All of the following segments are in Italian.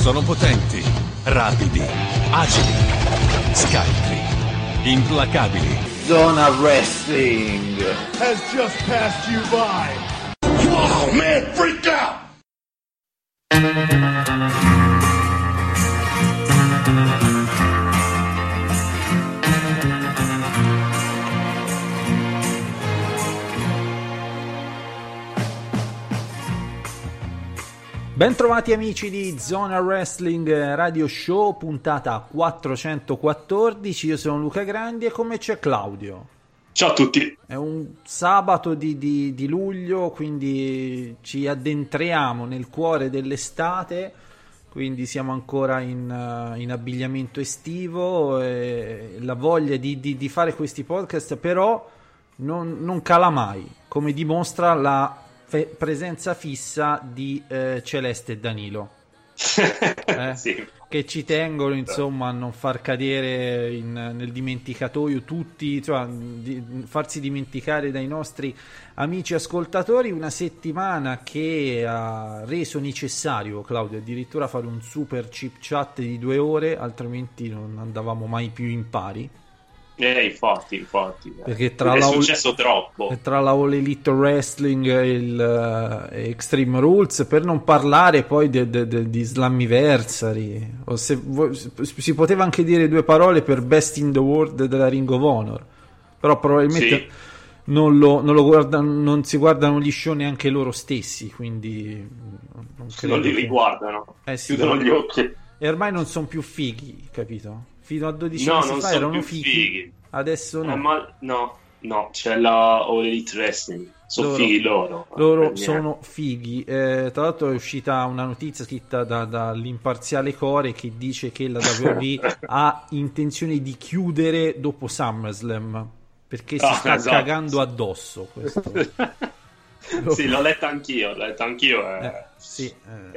Sono potenti, rapidi, agili, scaltri, implacabili. Zona Wrestling has just passed you by. Wow, man, freak out! Bentrovati amici di Zona Wrestling Radio Show, puntata 414. Io sono Luca Grandi e con me c'è Claudio. Ciao a tutti. È un sabato di luglio, quindi ci addentriamo nel cuore dell'estate, quindi siamo ancora in abbigliamento estivo e la voglia di fare questi podcast però non cala mai, come dimostra la presenza fissa di Celeste e Danilo. Sì. Che ci tengono insomma a non far cadere nel dimenticatoio tutti, cioè, farsi dimenticare dai nostri amici ascoltatori. Una settimana che ha reso necessario, Claudio, addirittura fare un super chip chat di 2 ore, altrimenti non andavamo mai più in pari. Infatti. Perché tra è successo troppo. Tra la All Elite Wrestling e il Extreme Rules, per non parlare poi di Slammiversary, o si poteva anche dire 2 parole per Best in the World della Ring of Honor, però probabilmente sì. non si guardano gli show neanche loro stessi, quindi non li riguardano, sì, chiudono gli occhi. E ormai non sono più fighi, capito? Fino a 12 mesi fa erano fighi. Adesso no. No, c'è la All Elite Wrestling. Sono fighi loro. Loro sono fighi. Tra l'altro è uscita una notizia scritta dall'imparziale Core che dice che la WWE ha intenzione di chiudere dopo SummerSlam perché si sta cagando addosso. Questo. Sì, l'ho letta anch'io. Sì.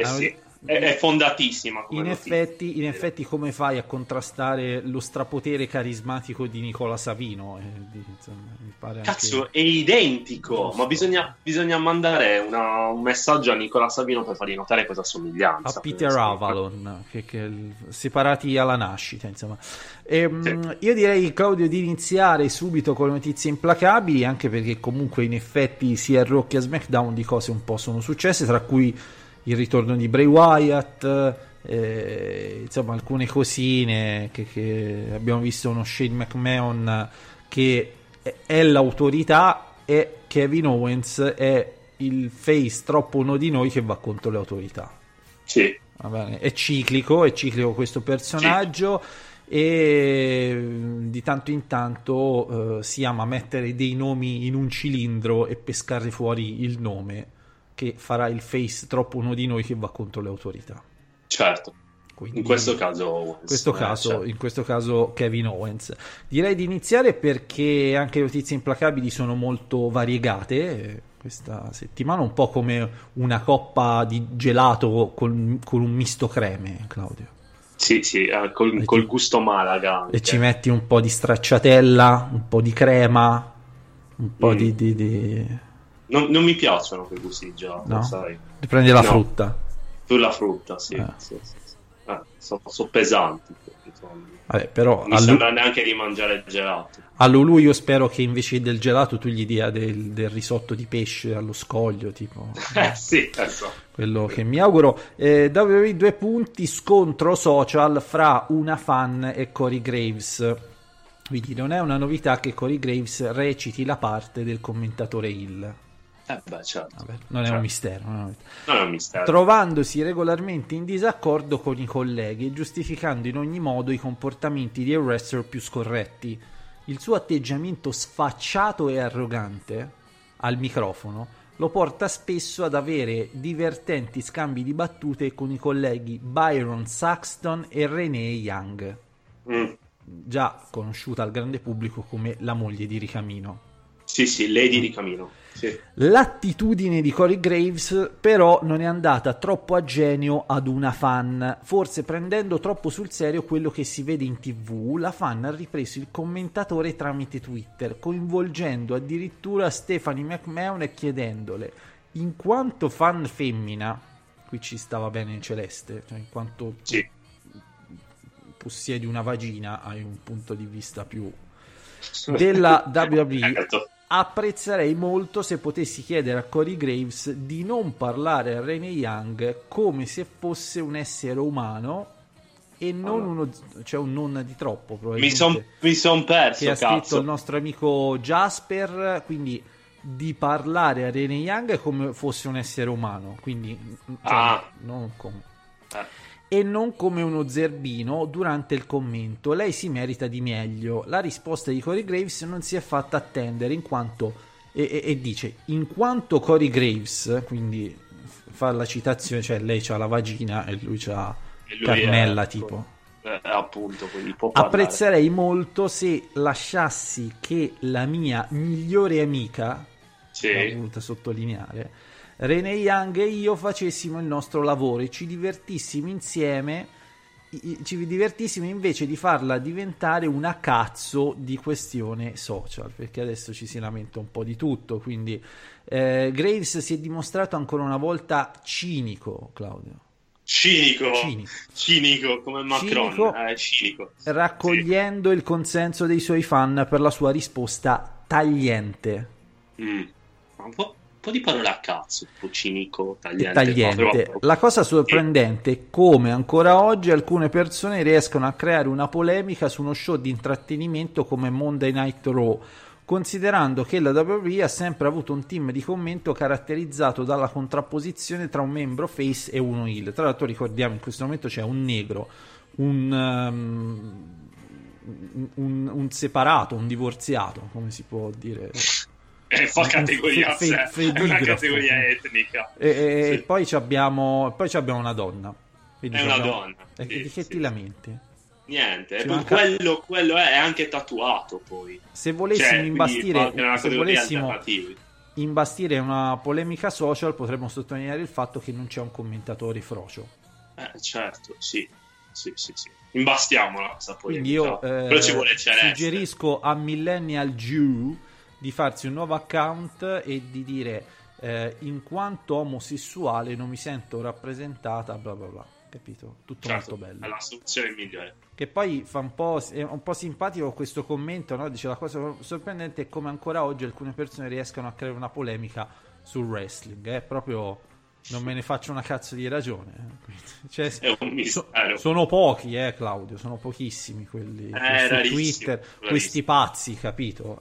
È fondatissima come in effetti come fai a contrastare lo strapotere carismatico di Nicola Savino? Mi pare cazzo anche... è identico, ma bisogna mandare un messaggio a Nicola Savino per fargli notare questa somiglianza a Peter Avalon che separati alla nascita, insomma. Io direi, Claudio, di iniziare subito con le notizie implacabili, anche perché comunque in effetti sia a Raw che a SmackDown di cose un po' sono successe, tra cui il ritorno di Bray Wyatt, insomma alcune cosine che abbiamo visto, uno Shane McMahon che è l'autorità e Kevin Owens è il face troppo uno di noi che va contro le autorità. Sì. Va bene. È ciclico questo personaggio, sì. E di tanto in tanto si ama mettere dei nomi in un cilindro e pescare fuori il nome che farà il face troppo uno di noi che va contro le autorità. Certo. Quindi, in questo caso Owens. Certo. In questo caso Kevin Owens. Direi di iniziare perché anche le notizie implacabili sono molto variegate questa settimana, un po' come una coppa di gelato con un misto creme, Claudio. Sì, col gusto Malaga. E ci metti un po' di stracciatella, un po' di crema, un po' di... Non mi piacciono quei gusti di gelato, no? Sai? Prendi la frutta. Tu la frutta, sì. Sono pesanti. Vabbè, però non mi sembra neanche di mangiare il gelato. A Lulu io spero che invece del gelato tu gli dia del risotto di pesce allo scoglio, tipo. Sì, quello che mi auguro. WWE 2 punti, scontro social fra una fan e Corey Graves. Quindi non è una novità che Corey Graves reciti la parte del commentatore heel. Certo. Vabbè, non è un mistero. Non è un mistero. Trovandosi regolarmente in disaccordo con i colleghi e giustificando in ogni modo i comportamenti dei wrestler più scorretti. Il suo atteggiamento sfacciato e arrogante al microfono lo porta spesso ad avere divertenti scambi di battute con i colleghi Byron Saxton e Renee Young, già conosciuta al grande pubblico come la moglie di Ricamino. Sì, Lady Ricamino. Sì. L'attitudine di Corey Graves però non è andata troppo a genio ad una fan, forse prendendo troppo sul serio quello che si vede in TV. La fan ha ripreso il commentatore tramite Twitter, coinvolgendo addirittura Stephanie McMahon e chiedendole, in quanto fan femmina, qui ci stava bene Celeste, cioè in quanto Sì. possiedi una vagina hai un punto di vista più della WWE. Certo. Apprezzerei molto se potessi chiedere a Corey Graves di non parlare a Renee Young come se fosse un essere umano e non un non di troppo, probabilmente. Mi son perso, che ha cazzo. scritto il nostro amico Jasper, quindi di parlare a Renee Young come fosse un essere umano, quindi non come e non come uno zerbino durante il commento. Lei si merita di meglio. La risposta di Corey Graves non si è fatta attendere in quanto e dice in quanto Corey Graves, quindi fa la citazione, cioè lei c'ha la vagina e lui c'ha Carmella tipo. Appunto, quindi può parlare. Apprezzerei molto se lasciassi che la mia migliore amica, l'ho voluta sottolineare, Renee Young e io facessimo il nostro lavoro e ci divertissimo insieme, invece di farla diventare una cazzo di questione social, perché adesso ci si lamenta un po' di tutto, quindi Graves si è dimostrato ancora una volta cinico, Claudio. Cinico come Macron, cinico. Raccogliendo il consenso dei suoi fan per la sua risposta tagliente. Un po' di parole a cazzo, un po' cinico, tagliente. Però... La cosa sorprendente è come ancora oggi alcune persone riescono a creare una polemica su uno show di intrattenimento come Monday Night Raw, considerando che la WWE ha sempre avuto un team di commento caratterizzato dalla contrapposizione tra un membro face e uno heel. Tra l'altro ricordiamo in questo momento c'è un negro, un separato, un divorziato, come si può dire... fa categoria è una categoria etnica. E poi abbiamo una donna. Quindi è una donna. Di che ti lamenti? Niente, quello è anche tatuato poi. Se volessimo imbastire una polemica social, potremmo sottolineare il fatto che non c'è un commentatore frocio. Certo, sì. Imbastiamola questa polemica. Quindi io però ci vuole suggerisco a Millennial Jew di farsi un nuovo account e di dire in quanto omosessuale non mi sento rappresentata, bla bla bla, capito? Tutto molto bello. È la soluzione migliore. Che poi è un po' simpatico questo commento, no? Dice la cosa sorprendente è come ancora oggi alcune persone riescano a creare una polemica sul wrestling, proprio non me ne faccio una cazzo di ragione. Cioè, è un mistero. Sono pochi, Claudio, sono pochissimi quelli su Twitter, questi pazzi, capito?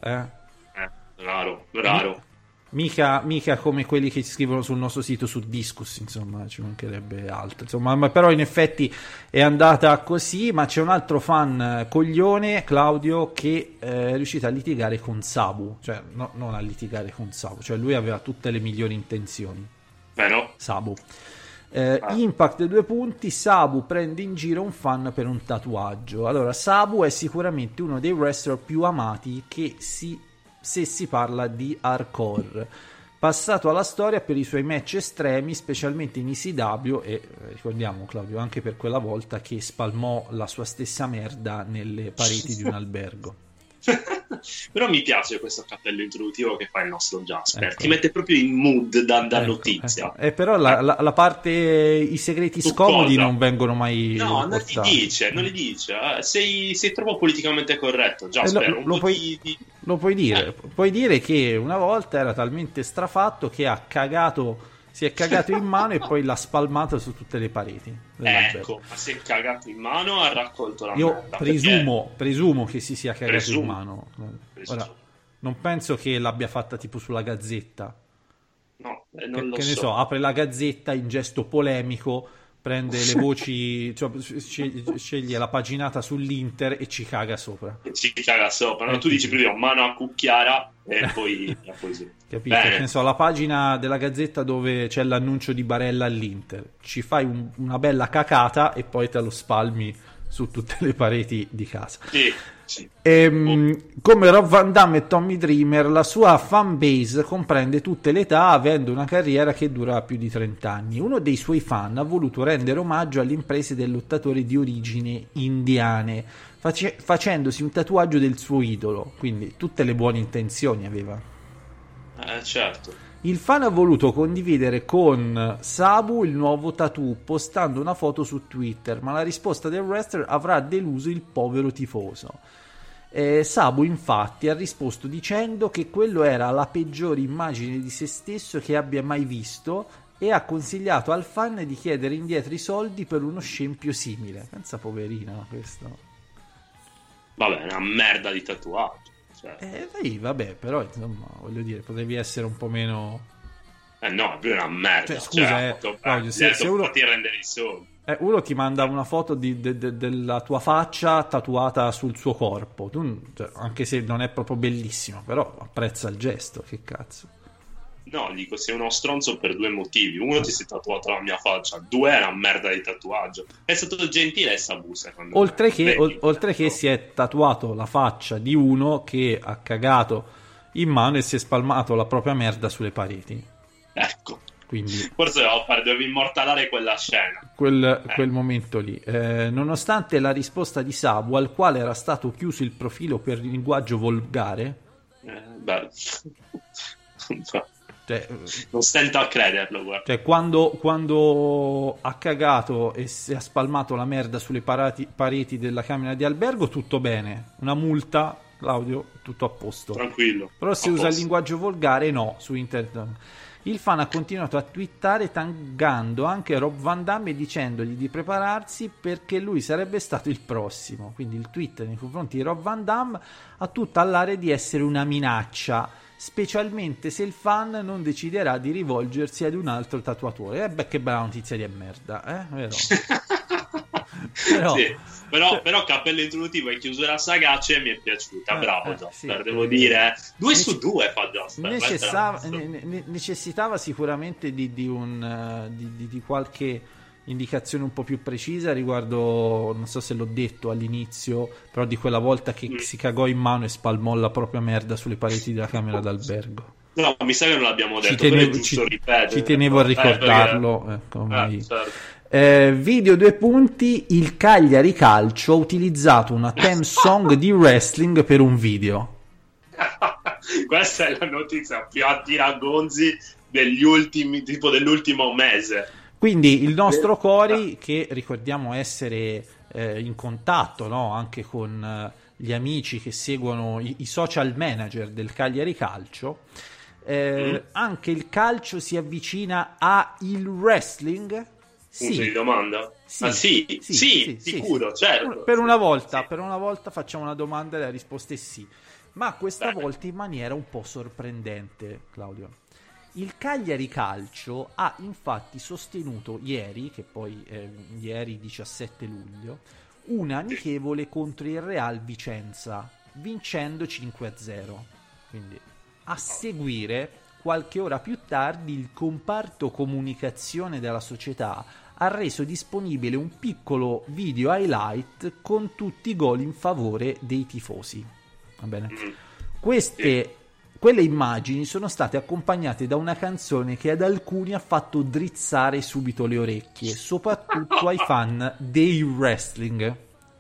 Raro. Mica come quelli che ci scrivono sul nostro sito su Discuss, insomma, ci mancherebbe altro, insomma, ma però in effetti è andata così. Ma c'è un altro fan coglione, Claudio, che è riuscito a litigare con Sabu, cioè non a litigare con Sabu, cioè lui aveva tutte le migliori intenzioni. Vero? Sabu. Impact 2 punti, Sabu prende in giro un fan per un tatuaggio. Allora, Sabu è sicuramente uno dei wrestler più amati se si parla di hardcore, passato alla storia per i suoi match estremi, specialmente in ECW, e ricordiamo, Claudio, anche per quella volta che spalmò la sua stessa merda nelle pareti di un albergo. Però mi piace questo cappello introduttivo che fa il nostro Jasper, ti mette proprio in mood da notizia. Però la parte, i segreti scomodi non vengono mai portati. Non li dice. Sei troppo politicamente corretto, Jasper. Lo puoi dire. Puoi dire che una volta era talmente strafatto che si è cagato in mano e poi l'ha spalmato su tutte le pareti. Ecco, ma si è cagato in mano, ha raccolto la merda. Presumo che si sia cagato in mano. Ora, non penso che l'abbia fatta tipo sulla Gazzetta. No, non lo so. Che ne so, apre la Gazzetta in gesto polemico, prende le voci, cioè, sceglie la paginata sull'Inter e ci caga sopra. No, tu dici prima mano a cucchiara e poi sì. Capito? Che ne so, la pagina della Gazzetta dove c'è l'annuncio di Barella all'Inter, ci fai una bella cacata e poi te lo spalmi su tutte le pareti di casa. Sì. Come Rob Van Damme e Tommy Dreamer, la sua fanbase comprende tutte le età, avendo una carriera che dura più di 30 anni. Uno dei suoi fan ha voluto rendere omaggio alle imprese del lottatore di origini indiane, facendosi un tatuaggio del suo idolo, quindi tutte le buone intenzioni aveva. Certo. Il fan ha voluto condividere con Sabu il nuovo tattoo postando una foto su Twitter, ma la risposta del wrestler avrà deluso il povero tifoso. Sabu infatti ha risposto dicendo che quello era la peggiore immagine di se stesso che abbia mai visto e ha consigliato al fan di chiedere indietro i soldi per uno scempio simile. Pensa poverino questo. Vabbè, è una merda di tatuaggio. Cioè. Sì, vabbè, però insomma, voglio dire, potevi essere un po' meno... no, è più una merda. Cioè, scusa, Claudio, se uno... ti rendere i soldi. Uno ti manda una foto della tua faccia tatuata sul suo corpo, tu, cioè, anche se non è proprio bellissimo, però apprezza il gesto, che cazzo. No, dico, sei uno stronzo per due motivi. Uno, ti sei tatuato la mia faccia. Due, è una merda di tatuaggio. È stato gentile Sabu, secondo me. Oltre che si è tatuato la faccia di uno che ha cagato in mano e si è spalmato la propria merda sulle pareti. Ecco. Quindi, forse dovevi immortalare quella scena. Quel momento lì. Nonostante la risposta di Sabu, al quale era stato chiuso il profilo per linguaggio volgare... Cioè, non stento a crederlo, guarda. Cioè, quando ha cagato e si è spalmato la merda sulle pareti della camera di albergo, tutto bene. Una multa, Claudio, tutto a posto. Tranquillo. Però se usa il linguaggio volgare, no, su internet. Il fan ha continuato a twittare taggando anche Rob Van Damme e dicendogli di prepararsi perché lui sarebbe stato il prossimo. Quindi il tweet nei confronti di Rob Van Damme ha tutta l'area di essere una minaccia, specialmente se il fan non deciderà di rivolgersi ad un altro tatuatore. Che bella notizia di merda, vero? però cappello introduttivo e chiusura sagace mi è piaciuta, bravo Jasper, devo dire 2 su 2 fa Jasper. Necessitava sicuramente di qualche indicazione un po' più precisa riguardo, non so se l'ho detto all'inizio, però di quella volta che si cagò in mano e spalmò la propria merda sulle pareti della camera d'albergo. No, mi sa che non l'abbiamo detto, però è giusto ripetere. Ci tenevo a ricordarlo. Video 2 punti. Il Cagliari Calcio ha utilizzato una theme song di wrestling per un video. Questa è la notizia più a tiragonzi dell'ultimo mese. Quindi il nostro Cori, che ricordiamo essere in contatto, no? Anche con gli amici che seguono i social manager del Cagliari Calcio, anche il calcio si avvicina a il wrestling? Punto di domanda? Sì, sicuro, certo. Per una volta facciamo una domanda e la risposta è sì, ma questa volta in maniera un po' sorprendente, Claudio. Il Cagliari Calcio ha infatti sostenuto ieri, che poi è ieri 17 luglio, un amichevole contro il Real Vicenza, vincendo 5-0. Quindi a seguire, qualche ora più tardi, il comparto comunicazione della società ha reso disponibile un piccolo video highlight con tutti i gol in favore dei tifosi. Va bene? Quelle immagini sono state accompagnate da una canzone che ad alcuni ha fatto drizzare subito le orecchie, soprattutto ai fan dei wrestling.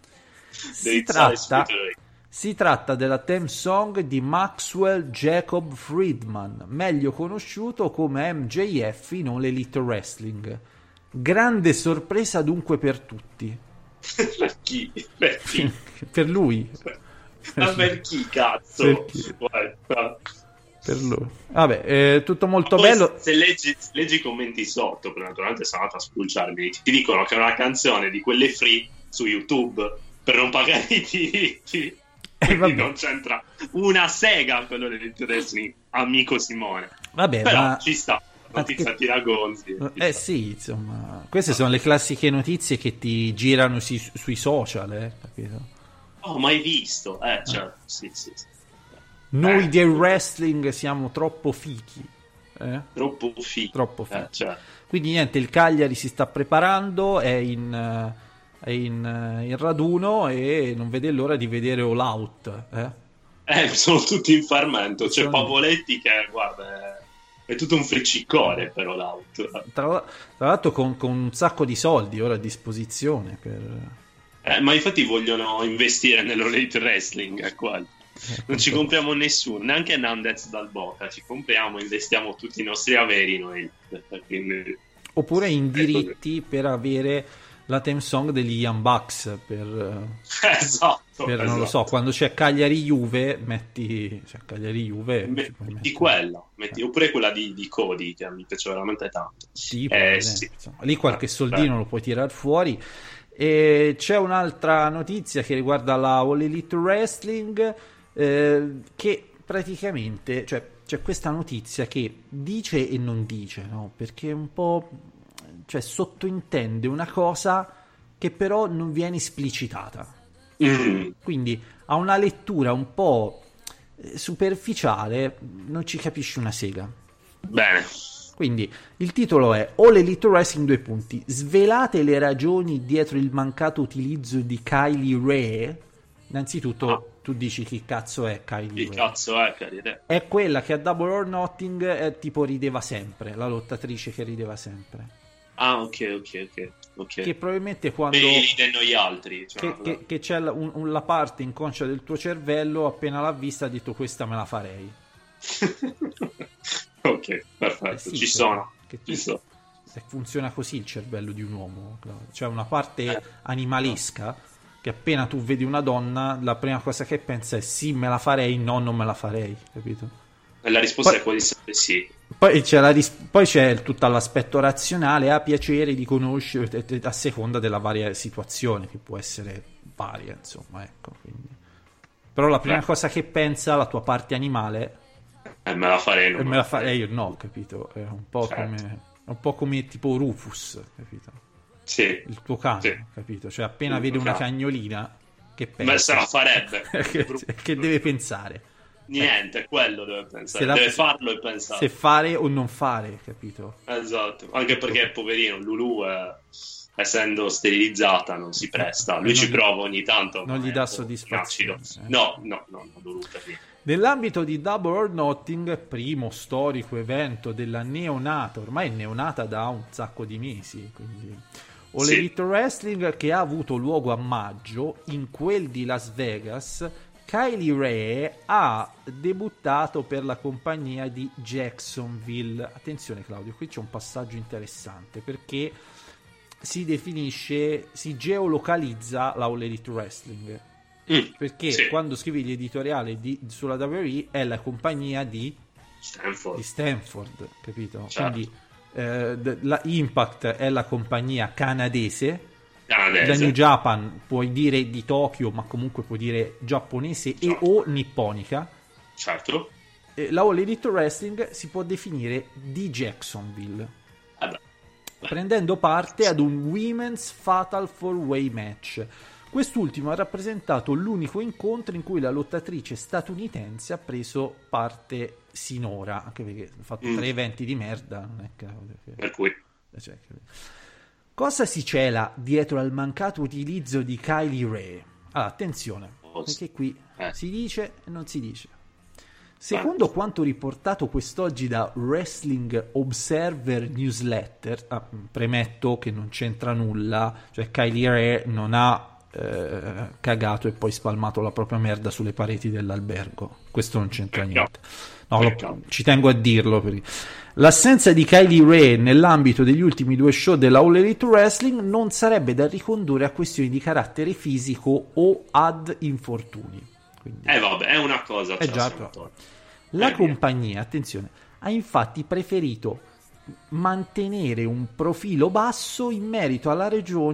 Si tratta della theme song di Maxwell Jacob Friedman, meglio conosciuto come MJF in All Elite Wrestling. Grande sorpresa dunque per tutti. Per chi? Per lui. Ma per chi, cazzo? Per lui. Vabbè, tutto molto bello. Se leggi i commenti sotto, perché naturalmente sono andato a spulciarmi, ti dicono che è una canzone di quelle free su YouTube per non pagare i diritti. Non c'entra una sega quello dell'interesse, amico Simone. Vabbè, però ci sta. Notizia tiragonzi. Sì, insomma, queste sono le classiche notizie che ti girano sui social, capito? Oh, mai visto, cioè, sì. Noi del wrestling siamo troppo fichi. Troppo fichi. Cioè. Quindi niente, il Cagliari si sta preparando, è in raduno e non vede l'ora di vedere All Out. Sono tutti in fermento. C'è Pavoletti che, guarda, è tutto un friccicore per All Out. Tra l'altro con un sacco di soldi ora a disposizione per... ma infatti vogliono investire nell'Elite Wrestling, qua. Non ci compriamo nessuno, neanche Nandez dal Boca, ci compriamo, investiamo tutti i nostri averi noi. Quindi... Oppure in diritti per avere la theme song degli Young Bucks esatto. Non lo so, quando c'è Cagliari-Juve metti metti quella, oppure quella di Cody, che mi piace veramente tanto. Sì. Lì qualche soldino lo puoi tirar fuori. E c'è un'altra notizia che riguarda la All Elite Wrestling, che praticamente, cioè, c'è questa notizia che dice e non dice, no? Perché un po', cioè, sottointende una cosa che però non viene esplicitata. Quindi ha una lettura un po' superficiale, non ci capisci una sega. Bene. Quindi il titolo è All Elite Wrestling : Svelate le ragioni dietro il mancato utilizzo di Kylie Rae. Innanzitutto tu dici chi cazzo è Kylie Rae? Chi cazzo è Kylie Rae? È quella che a Double or Nothing tipo rideva sempre, la lottatrice che rideva sempre. Ah, ok. Che probabilmente quando ride noi altri, cioè, che c'è la parte inconscia del tuo cervello, appena l'ha vista ha detto questa me la farei. Ok, perfetto, ci sono. Funziona così il cervello di un uomo, Claudio. C'è una parte animalesca che appena tu vedi una donna la prima cosa che pensa è sì me la farei, no non me la farei, capito? E la risposta è quasi sempre sì. Poi c'è tutto l'aspetto razionale, ha piacere di conoscere a seconda della varia situazione, che può essere varia, insomma, ecco. Quindi. Però la prima cosa che pensa la tua parte animale me la farei, me la farei io, no, capito? È un po' come tipo Rufus, capito? Sì. Il tuo cane, capito? Cioè appena vede una cagnolina che pensa? Ma se la farebbe. che deve pensare? Niente, quello deve pensare, deve farlo e pensare. Se fare o non fare, capito? Esatto, anche perché poverino Lulu essendo sterilizzata non si presta, lui ci prova ogni tanto. Non gli dà soddisfazione. No, Lulu per niente. Nell'ambito di Double or Nothing, primo storico evento della neonata, ormai è neonata da un sacco di mesi, quindi All Elite Wrestling, che ha avuto luogo a maggio, in quel di Las Vegas, Kylie Rae ha debuttato per la compagnia di Jacksonville. Attenzione Claudio, qui c'è un passaggio interessante, perché si geolocalizza la All Elite Wrestling. Perché quando scrivi l'editoriale sulla WWE è la compagnia di Stanford, capito? Certo. Quindi la Impact è la compagnia canadese. La New Japan puoi dire di Tokyo, ma comunque puoi dire giapponese o nipponica. Certo. La All Elite Wrestling si può definire di Jacksonville, prendendo parte ad un Women's Fatal 4-Way match. Quest'ultimo ha rappresentato l'unico incontro in cui la lottatrice statunitense ha preso parte sinora, anche perché ha fatto 3 eventi di merda, non è che... Per cui cosa si cela dietro al mancato utilizzo di Kylie Rae? Allora, attenzione, perché qui si dice e non si dice. Secondo quanto riportato quest'oggi da Wrestling Observer Newsletter, premetto che non c'entra nulla, cioè Kylie Rae non ha cagato e poi spalmato la propria merda sulle pareti dell'albergo, questo non c'entra niente, ci tengo a dirlo, perché l'assenza di Kylie Rae nell'ambito degli ultimi 2 show della All Elite Wrestling non sarebbe da ricondurre a questioni di carattere fisico o ad infortuni. Quindi, è una cosa. La compagnia, attenzione, ha infatti preferito mantenere un profilo basso in merito alle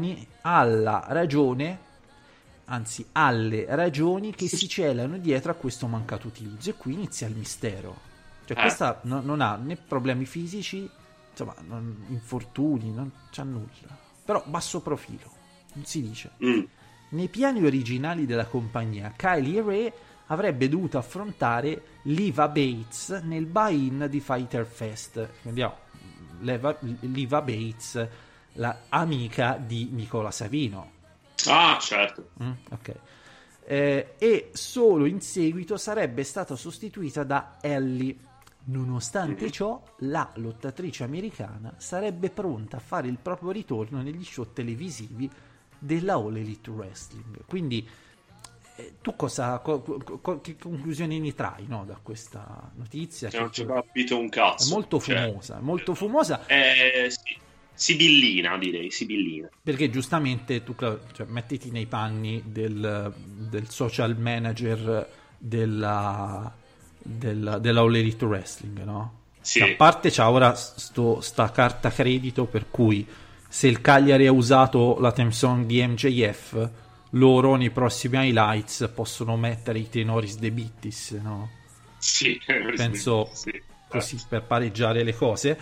ragioni che si celano dietro a questo mancato utilizzo, e qui inizia il mistero. Cioè questa non ha né problemi fisici, insomma, infortuni, non c'ha nulla, però basso profilo, non si dice. Nei piani originali della compagnia, Kylie Rae avrebbe dovuto affrontare Leva Bates nel buy-in di Fighter Fest. Andiamo, Leva Bates, la amica di Nicola Savino. Ah, certo. Ok. E solo in seguito sarebbe stata sostituita da Ellie. Nonostante ciò, la lottatrice americana sarebbe pronta a fare il proprio ritorno negli show televisivi della All Elite Wrestling. Quindi Tu che conclusioni ne trai, no, da questa notizia? Non ci ho capito un cazzo. È molto fumosa, molto fumosa. Sì. Sibillina, direi, sibillina. Perché giustamente tu, cioè, mettiti nei panni del social manager della All Elite Wrestling, no? Sì. A parte c'ha ora sta carta credito per cui se il Cagliari ha usato la theme song di MJF, loro nei prossimi highlights possono mettere i Tenoris de Bittis, no? Sì, penso sì. Così per pareggiare le cose.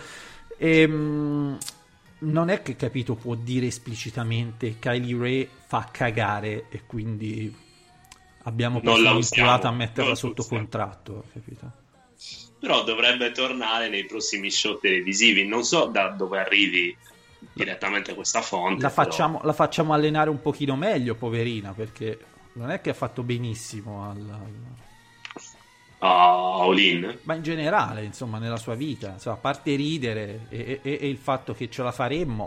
Non è che, capito, può dire esplicitamente Kylie Ray fa cagare e quindi abbiamo vincolato a metterla sotto contratto, capito? Però dovrebbe tornare nei prossimi show televisivi. Non so da dove arrivi direttamente questa fonte. La facciamo allenare un pochino meglio, poverina, perché non è che ha fatto benissimo all-in, ma in generale, insomma, nella sua vita, insomma, a parte ridere e il fatto che ce la faremmo,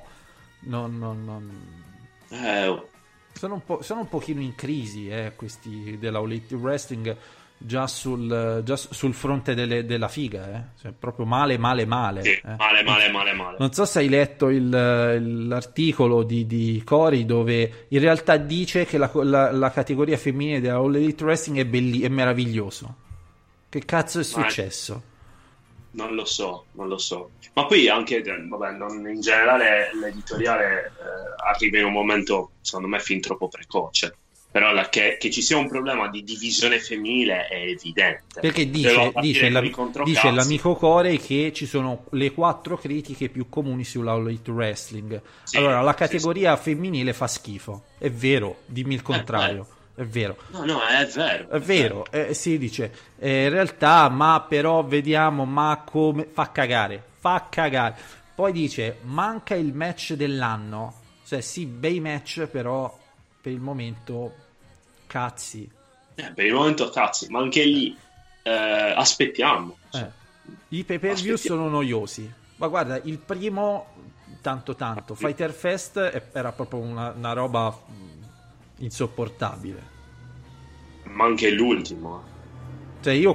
sono un pochino in crisi, questi della All Elite Wrestling, già sul fronte della figa, cioè, proprio male. Sì, male. Non so se hai letto l'articolo di Corey, dove in realtà dice che la categoria femminile della All Elite Wrestling è meraviglioso. Che cazzo è successo? Non lo so. Ma poi anche, in generale l'editoriale arriva in un momento, secondo me, fin troppo precoce. Però che ci sia un problema di divisione femminile è evidente. Perché dice l'amico Corey che ci sono le 4 critiche più comuni sulla All Elite Wrestling. Sì, allora, la categoria femminile fa schifo. È vero, dimmi il contrario. È vero. No, è vero. È vero. Si dice, in realtà, ma però vediamo, ma come... Fa cagare. Poi dice, manca il match dell'anno. Cioè, sì, bei match, però per il momento cazzi. Per il momento cazzi, ma anche lì aspettiamo. I pay-per-view sono noiosi. Ma guarda, il primo, tanto. Fighter Fest era proprio una roba... insopportabile, ma anche l'ultimo, cioè io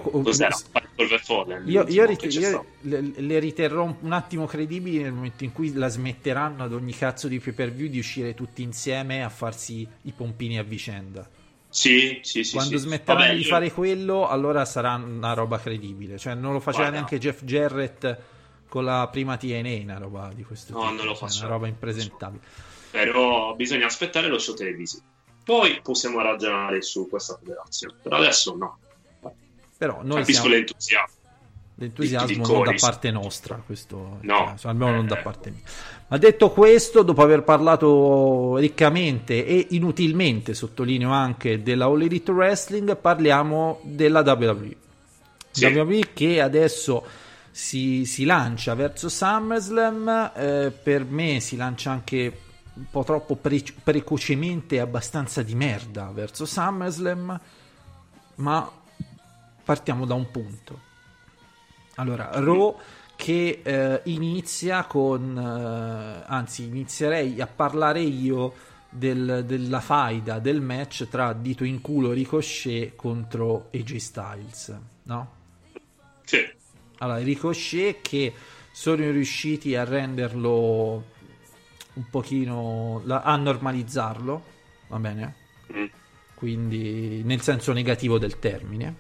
le riterrò un attimo credibili nel momento in cui la smetteranno ad ogni cazzo di pay per view di uscire tutti insieme a farsi i pompini a vicenda. Sì. Quando smetteranno di fare quello, allora sarà una roba credibile. Cioè non lo faceva neanche Jeff Jarrett con la prima TNA, una roba di questo tipo. Non lo faceva, una roba impresentabile. Però bisogna aspettare lo show televisivo. Poi possiamo ragionare su questa federazione, però adesso no. Però noi capisco l'entusiasmo non da parte nostra, questo no, almeno non da parte mia. Ma detto questo, dopo aver parlato riccamente e inutilmente, sottolineo anche, della All Elite Wrestling, parliamo della WWE. Sì. WWE che adesso si lancia verso SummerSlam, per me si lancia anche un po' troppo precocemente, abbastanza di merda verso SummerSlam, ma partiamo da un punto. Allora, Raw che inizia con inizierei a parlare io della faida del match tra dito in culo Ricochet contro AJ Styles, no? Sì. Allora, Ricochet che sono riusciti a renderlo un pochino, a normalizzarlo, va bene? Quindi nel senso negativo del termine.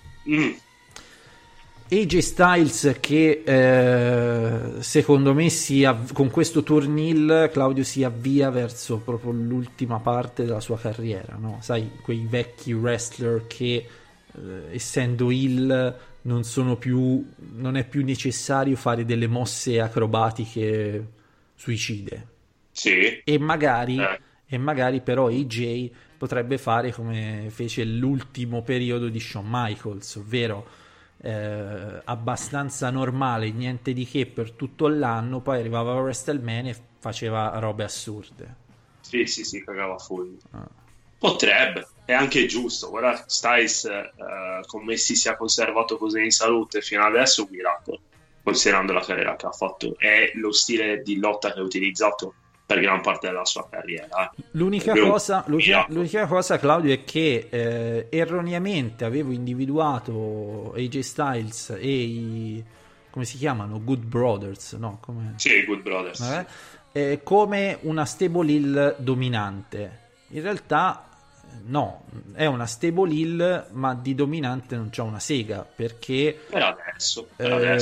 AJ Styles che secondo me con questo turnil Claudio si avvia verso proprio l'ultima parte della sua carriera, no? Sai, quei vecchi wrestler che essendo heel non è più necessario fare delle mosse acrobatiche suicide. Sì. E magari però AJ potrebbe fare come fece l'ultimo periodo di Shawn Michaels, ovvero abbastanza normale, niente di che per tutto l'anno, poi arrivava a WrestleMania e faceva robe assurde. Sì, cagava fuori. Potrebbe, è anche giusto. Guarda, Styles come si sia conservato così in salute fino adesso, un miracolo, considerando la carriera che ha fatto e lo stile di lotta che ha utilizzato. per gran parte della sua carriera. L'unica cosa, Claudio, è che erroneamente avevo individuato AJ Styles e i, come si chiamano? Good Brothers, no? Sì, Good Brothers. Come una stable heel dominante. In realtà no, è una stable heel, ma di dominante non c'è una sega, perché per adesso.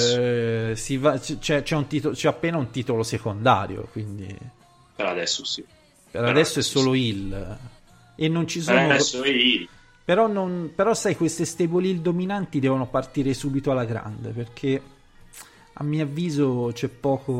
c'è un titolo, c'è appena un titolo secondario, quindi per adesso sì. Per adesso è solo heel e non ci sono. Adesso è heel. Però sai, queste stable heel dominanti devono partire subito alla grande, perché a mio avviso c'è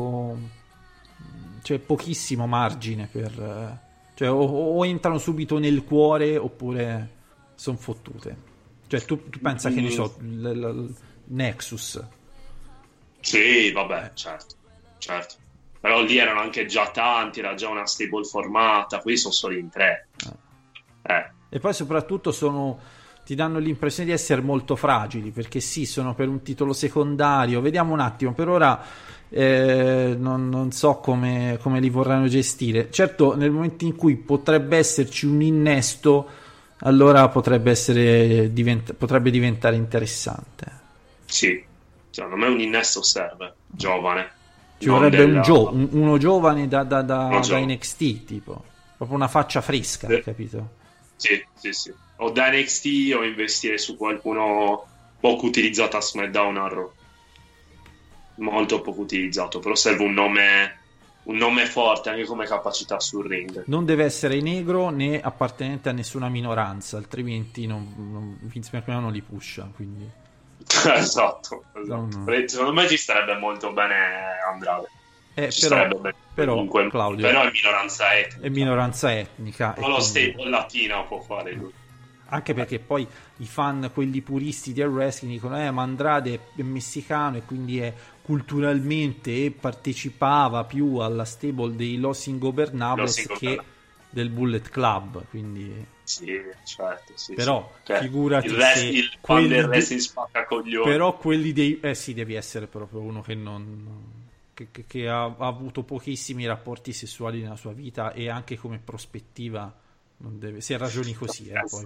pochissimo margine per, cioè o entrano subito nel cuore oppure sono fottute. Cioè tu pensa che ne so, Nexus. Sì, vabbè, certo. Però lì erano anche già tanti, era già una stable formata, qui sono solo in 3. E poi soprattutto ti danno l'impressione di essere molto fragili, perché sì, sono per un titolo secondario. Vediamo un attimo, per ora non so come li vorranno gestire. Certo, nel momento in cui potrebbe esserci un innesto, allora potrebbe diventare interessante. Sì, secondo me un innesto serve, giovane. Ci vorrebbe uno giovane da NXT, tipo proprio una faccia fresca, capito? Sì. O da NXT o investire su qualcuno poco utilizzato a SmackDown o Raw. Molto poco utilizzato, però serve un nome forte anche come capacità sul ring. Non deve essere negro né appartenente a nessuna minoranza, altrimenti Vince McMahon non li pusha, quindi. Esatto. No. Secondo me ci starebbe molto bene Andrade. Però Claudio, però è minoranza etnica. Ma lo stable latino può fare lui. Anche perché poi i fan, quelli puristi del wrestling, dicono ma Andrade è messicano e quindi è culturalmente e partecipava più alla stable dei Los Ingobernables che del Bullet Club, quindi sì, certo, sì, però sì. Figurati il fan del wrestling spacca coglioni. Però quelli dei sì, devi essere proprio uno che non che ha avuto pochissimi rapporti sessuali nella sua vita, e anche come prospettiva non deve, se ragioni così poi.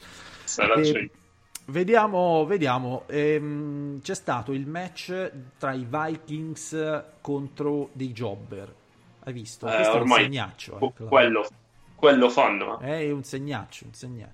Vediamo. C'è stato il match tra i Vikings contro dei Jobber. Hai visto? Questo è un segnaccio. Quello fanno. È un segnaccio.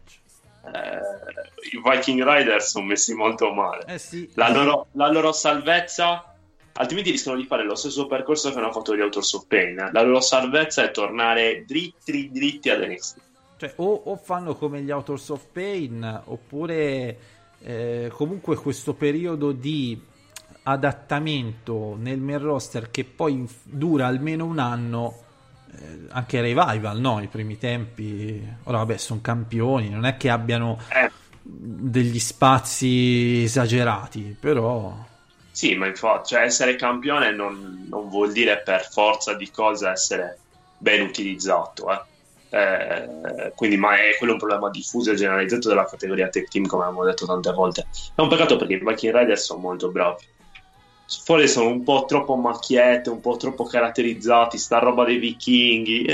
I Viking Riders sono messi molto male. Sì. La loro salvezza, altrimenti rischiano di fare lo stesso percorso che hanno fatto gli Authors of Pain. La loro salvezza è tornare dritti ad NXT. Cioè, o fanno come gli Authors of Pain, oppure comunque questo periodo di adattamento nel main roster che poi dura almeno un anno, anche Revival, no? I primi tempi, ora vabbè, sono campioni, non è che abbiano degli spazi esagerati, però sì, ma infatti, cioè, essere campione non vuol dire per forza di cosa essere ben utilizzato, quindi, ma è quello un problema diffuso e generalizzato della categoria tech team, come abbiamo detto tante volte. È un peccato perché i Viking Riders sono molto bravi, fuori sono un po' troppo macchiette, un po' troppo caratterizzati, sta roba dei vichinghi,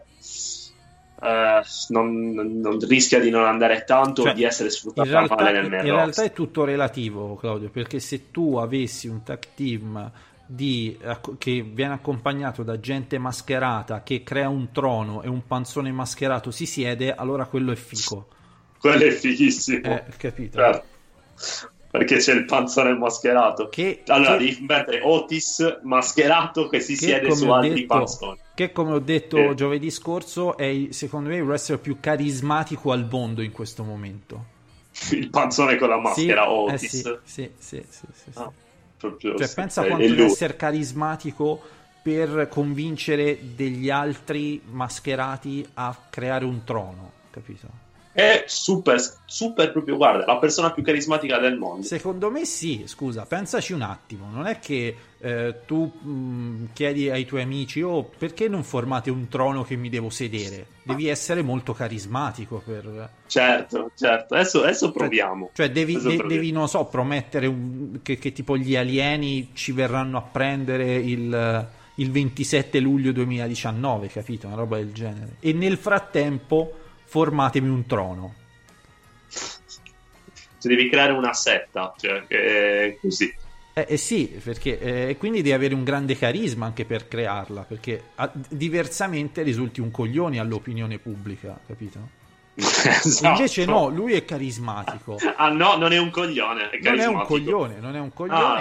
non rischia di non andare tanto, cioè, di essere sfruttata male nel main roster. In realtà è tutto relativo, Claudio, perché se tu avessi un tag team che viene accompagnato da gente mascherata che crea un trono e un panzone mascherato si siede, allora quello è fico. Quello è fighissimo. Capito? Certo. Perché c'è il panzone mascherato. Devi mettere Otis mascherato che si siede su altri panzoni. Che, come ho detto giovedì scorso, è secondo me il wrestler più carismatico al mondo in questo momento. Il panzone con la maschera, Otis. Sì. Proprio, cioè, pensa quanto deve essere carismatico per convincere degli altri mascherati a creare un trono, capito? È super proprio, guarda, la persona più carismatica del mondo. Secondo me sì, scusa, pensaci un attimo, non è che tu chiedi ai tuoi amici perché non formate un trono che mi devo sedere? Devi essere molto carismatico per... Certo, adesso proviamo. Cioè devi non so, promettere che tipo gli alieni ci verranno a prendere il il 27 luglio 2019, capito? Una roba del genere. E nel frattempo formatemi un trono. Cioè, devi creare una setta, cioè, così. Sì, perché quindi devi avere un grande carisma anche per crearla, perché diversamente risulti un coglione all'opinione pubblica, capito? Esatto. Invece no, lui è carismatico. Ah no, non è un coglione, è non è un coglione.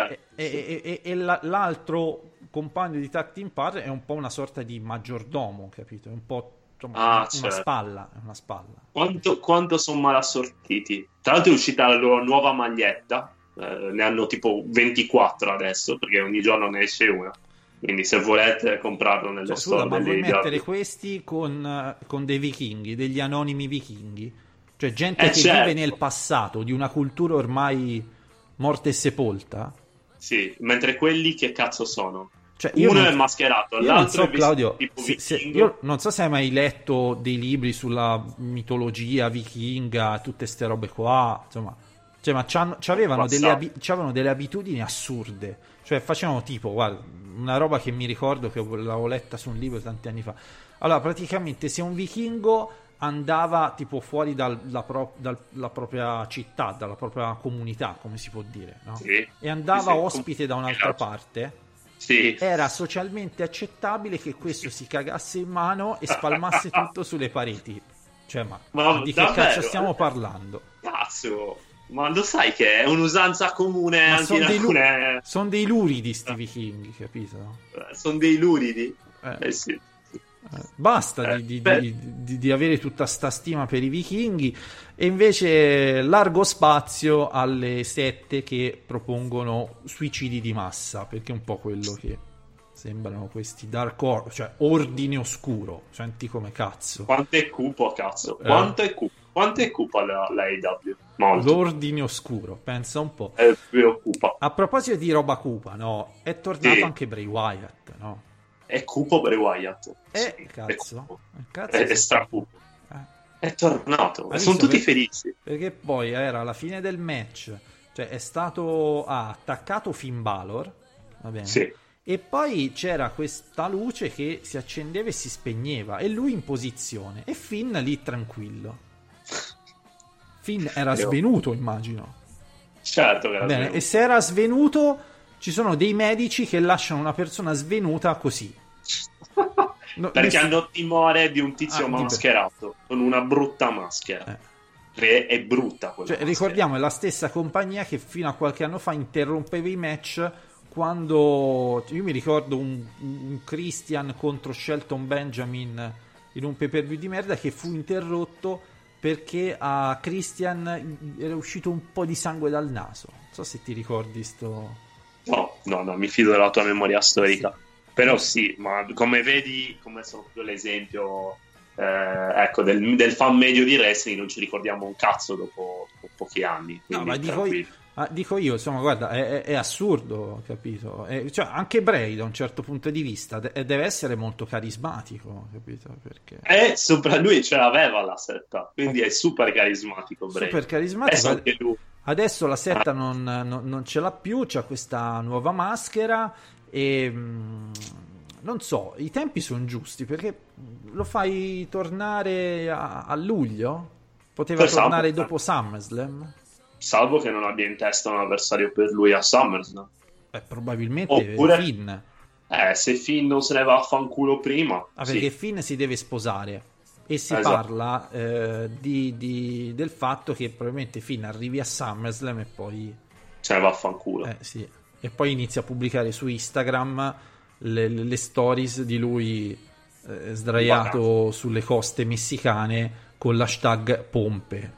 E l'altro compagno di tag team partner è un po' una sorta di maggiordomo, capito? È un po' una spalla, è una spalla. Quanto sono malassortiti. Tra l'altro è uscita la loro nuova maglietta, ne hanno tipo 24 adesso, perché ogni giorno ne esce una. Quindi se volete comprarlo nello store, ma vuoi mettere questi con dei vichinghi, degli anonimi vichinghi, cioè gente che vive nel passato di una cultura ormai morta e sepolta? Sì, mentre quelli che cazzo sono? Cioè, uno è mascherato, l'altro è Claudio, tipo io non so se hai mai letto dei libri sulla mitologia vichinga, tutte ste robe qua, insomma, cioè, ma c'avevano delle abitudini assurde, cioè facevano tipo, guarda, una roba che mi ricordo che l'avevo letta su un libro tanti anni fa. Allora, praticamente se un vichingo andava tipo fuori dalla propria città, dalla propria comunità, come si può dire, no? Sì, e andava ospite da un'altra parte, sì, era socialmente accettabile che questo si cagasse in mano e spalmasse tutto sulle pareti. Cioè, ma di che cazzo stiamo parlando? Cazzo, ma lo sai che è un'usanza comune anche in alcune... Sono dei luridi sti vichinghi, capito? Sono dei luridi? Sì. Basta di avere tutta sta stima per i vichinghi, e invece largo spazio alle sette che propongono suicidi di massa, perché è un po' quello che sembrano questi Dark Order, cioè ordine oscuro. Senti come cazzo. Quanto è cupo, cazzo. Quanto è cupo la AEW? Molto. L'ordine oscuro, pensa un po'. Preoccupa. A proposito di roba cupa, no? È tornato anche Bray Wyatt, no? È cupo Bray Wyatt. Cazzo. È stracupo. È tornato. Sono tutti felici. Perché poi era alla fine del match, cioè è stato attaccato Finn Balor, va bene? Sì. E poi c'era questa luce che si accendeva e si spegneva, e lui in posizione, e Finn lì tranquillo. Finn era svenuto, immagino. Certo che era svenuto. E se era svenuto, ci sono dei medici che lasciano una persona svenuta così. Perché hanno timore di un tizio mascherato con una brutta maschera. È brutta quella maschera. Ricordiamo, è la stessa compagnia che fino a qualche anno fa interrompeva i match quando... Io mi ricordo un Christian contro Shelton Benjamin in un pay-per-view di merda che fu interrotto perché a Christian era uscito un po' di sangue dal naso. Non so se ti ricordi sto... No, mi fido della tua memoria storica. Sì. Però sì, ma come vedi, come sono più l'esempio ecco, del fan medio di wrestling, non ci ricordiamo un cazzo dopo pochi anni. No, ma dico io, insomma, guarda, è assurdo, capito? Cioè, anche Bray, da un certo punto di vista, deve essere molto carismatico, capito? Perché... sopra lui ce l'aveva la setta, quindi è super carismatico Bray. Super carismatico. Anche lui. Adesso la setta non ce l'ha più, c'ha questa nuova maschera e non so, i tempi sono giusti, perché lo fai tornare a luglio? Poteva tornare dopo SummerSlam? Salvo che non abbia in testa un avversario per lui a SummerSlam. Probabilmente. Oppure Finn. Se Finn non se ne va a fanculo prima. Perché Finn si deve sposare. E si parla del fatto che probabilmente Finn arrivi a SummerSlam e poi se ne va a fanculo. Sì. E poi inizia a pubblicare su Instagram le stories di lui sdraiato sulle coste messicane con l'hashtag pompe.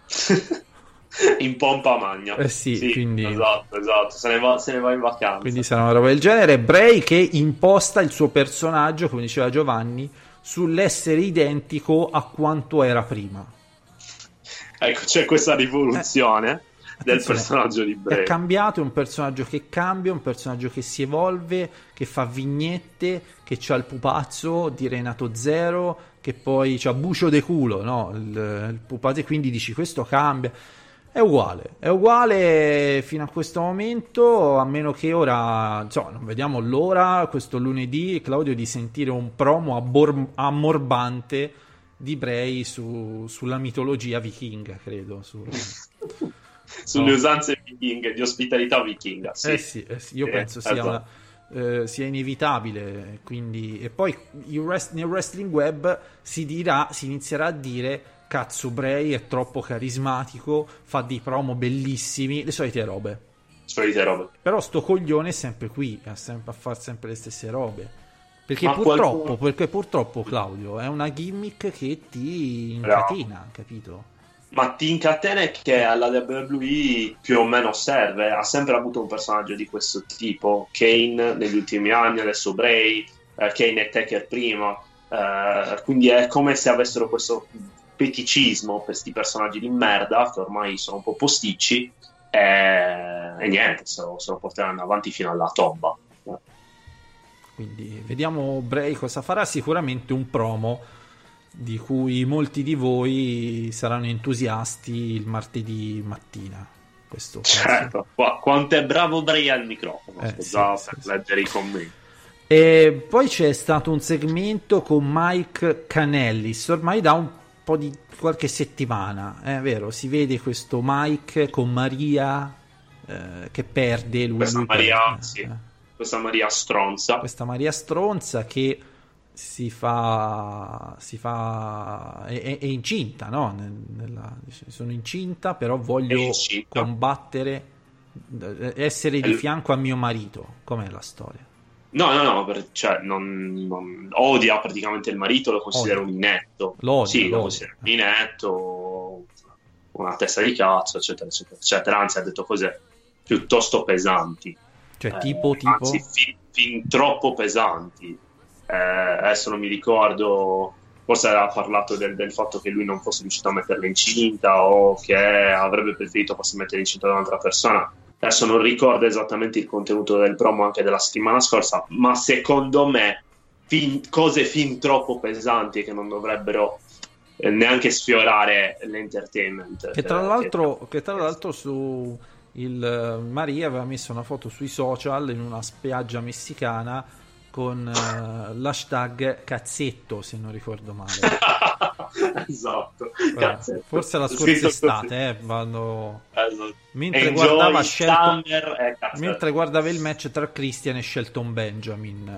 In pompa magna. Sì, quindi... Esatto. Se ne va in vacanza. Quindi sarà una roba del genere. Bray che imposta il suo personaggio, come diceva Giovanni, sull'essere identico a quanto era prima. Ecco, c'è questa rivoluzione del personaggio di Bray. È cambiato, è un personaggio che cambia, un personaggio che si evolve, che fa vignette, che c'ha il pupazzo di Renato Zero, che poi c'ha Bucio de culo, no? Il pupazzo, e quindi dici questo cambia. È uguale fino a questo momento, a meno che ora, insomma, non vediamo l'ora, questo lunedì, Claudio, di sentire un promo ammorbante di Bray sulla mitologia vichinga, credo. Sulle usanze vichinghe, di ospitalità vichinga. Sì. Sì, io penso sia inevitabile. Quindi, e poi nel wrestling web si inizierà a dire: cazzo, Bray è troppo carismatico, fa dei promo bellissimi, le solite robe. Però sto coglione è sempre qui, a fare sempre le stesse robe. Perché purtroppo, Claudio, è una gimmick che ti incatena, capito? Ma ti incatena e che alla WWE più o meno serve. Ha sempre avuto un personaggio di questo tipo. Kane negli ultimi anni, adesso Bray, Kane e Taker prima. Quindi è come se avessero questo feticismo per questi personaggi di merda che ormai sono un po' posticci e niente, se lo porteranno avanti fino alla tomba. Quindi vediamo Bray cosa farà. Sicuramente un promo di cui molti di voi saranno entusiasti il martedì mattina. Questo certo, quanto è bravo Bray al microfono, leggere i commenti. E poi c'è stato un segmento con Mike Kanellis ormai da un po' di qualche settimana, è vero, si vede questo Mike con Maria che perde questa Maria stronza che è incinta, no? Sono incinta, però voglio combattere, essere di fianco a mio marito. Com'è la storia? No, cioè non odia praticamente il marito, lo considera un inetto. Lo considera un inetto, una testa di cazzo, eccetera, eccetera, eccetera. Anzi, ha detto cose piuttosto pesanti. Cioè, tipo? Anzi, fin troppo pesanti. Adesso non mi ricordo, forse aveva parlato del fatto che lui non fosse riuscito a metterla incinta o che avrebbe preferito fosse mettere incinta da un'altra persona. Adesso non ricordo esattamente il contenuto del promo anche della settimana scorsa, ma secondo me cose fin troppo pesanti che non dovrebbero neanche sfiorare l'entertainment. Che tra l'altro su il Maria aveva messo una foto sui social in una spiaggia messicana con l'hashtag cazzetto, se non ricordo male. Esatto. Forse la scorsa estate esatto. mentre guardava il match tra Christian e Shelton Benjamin,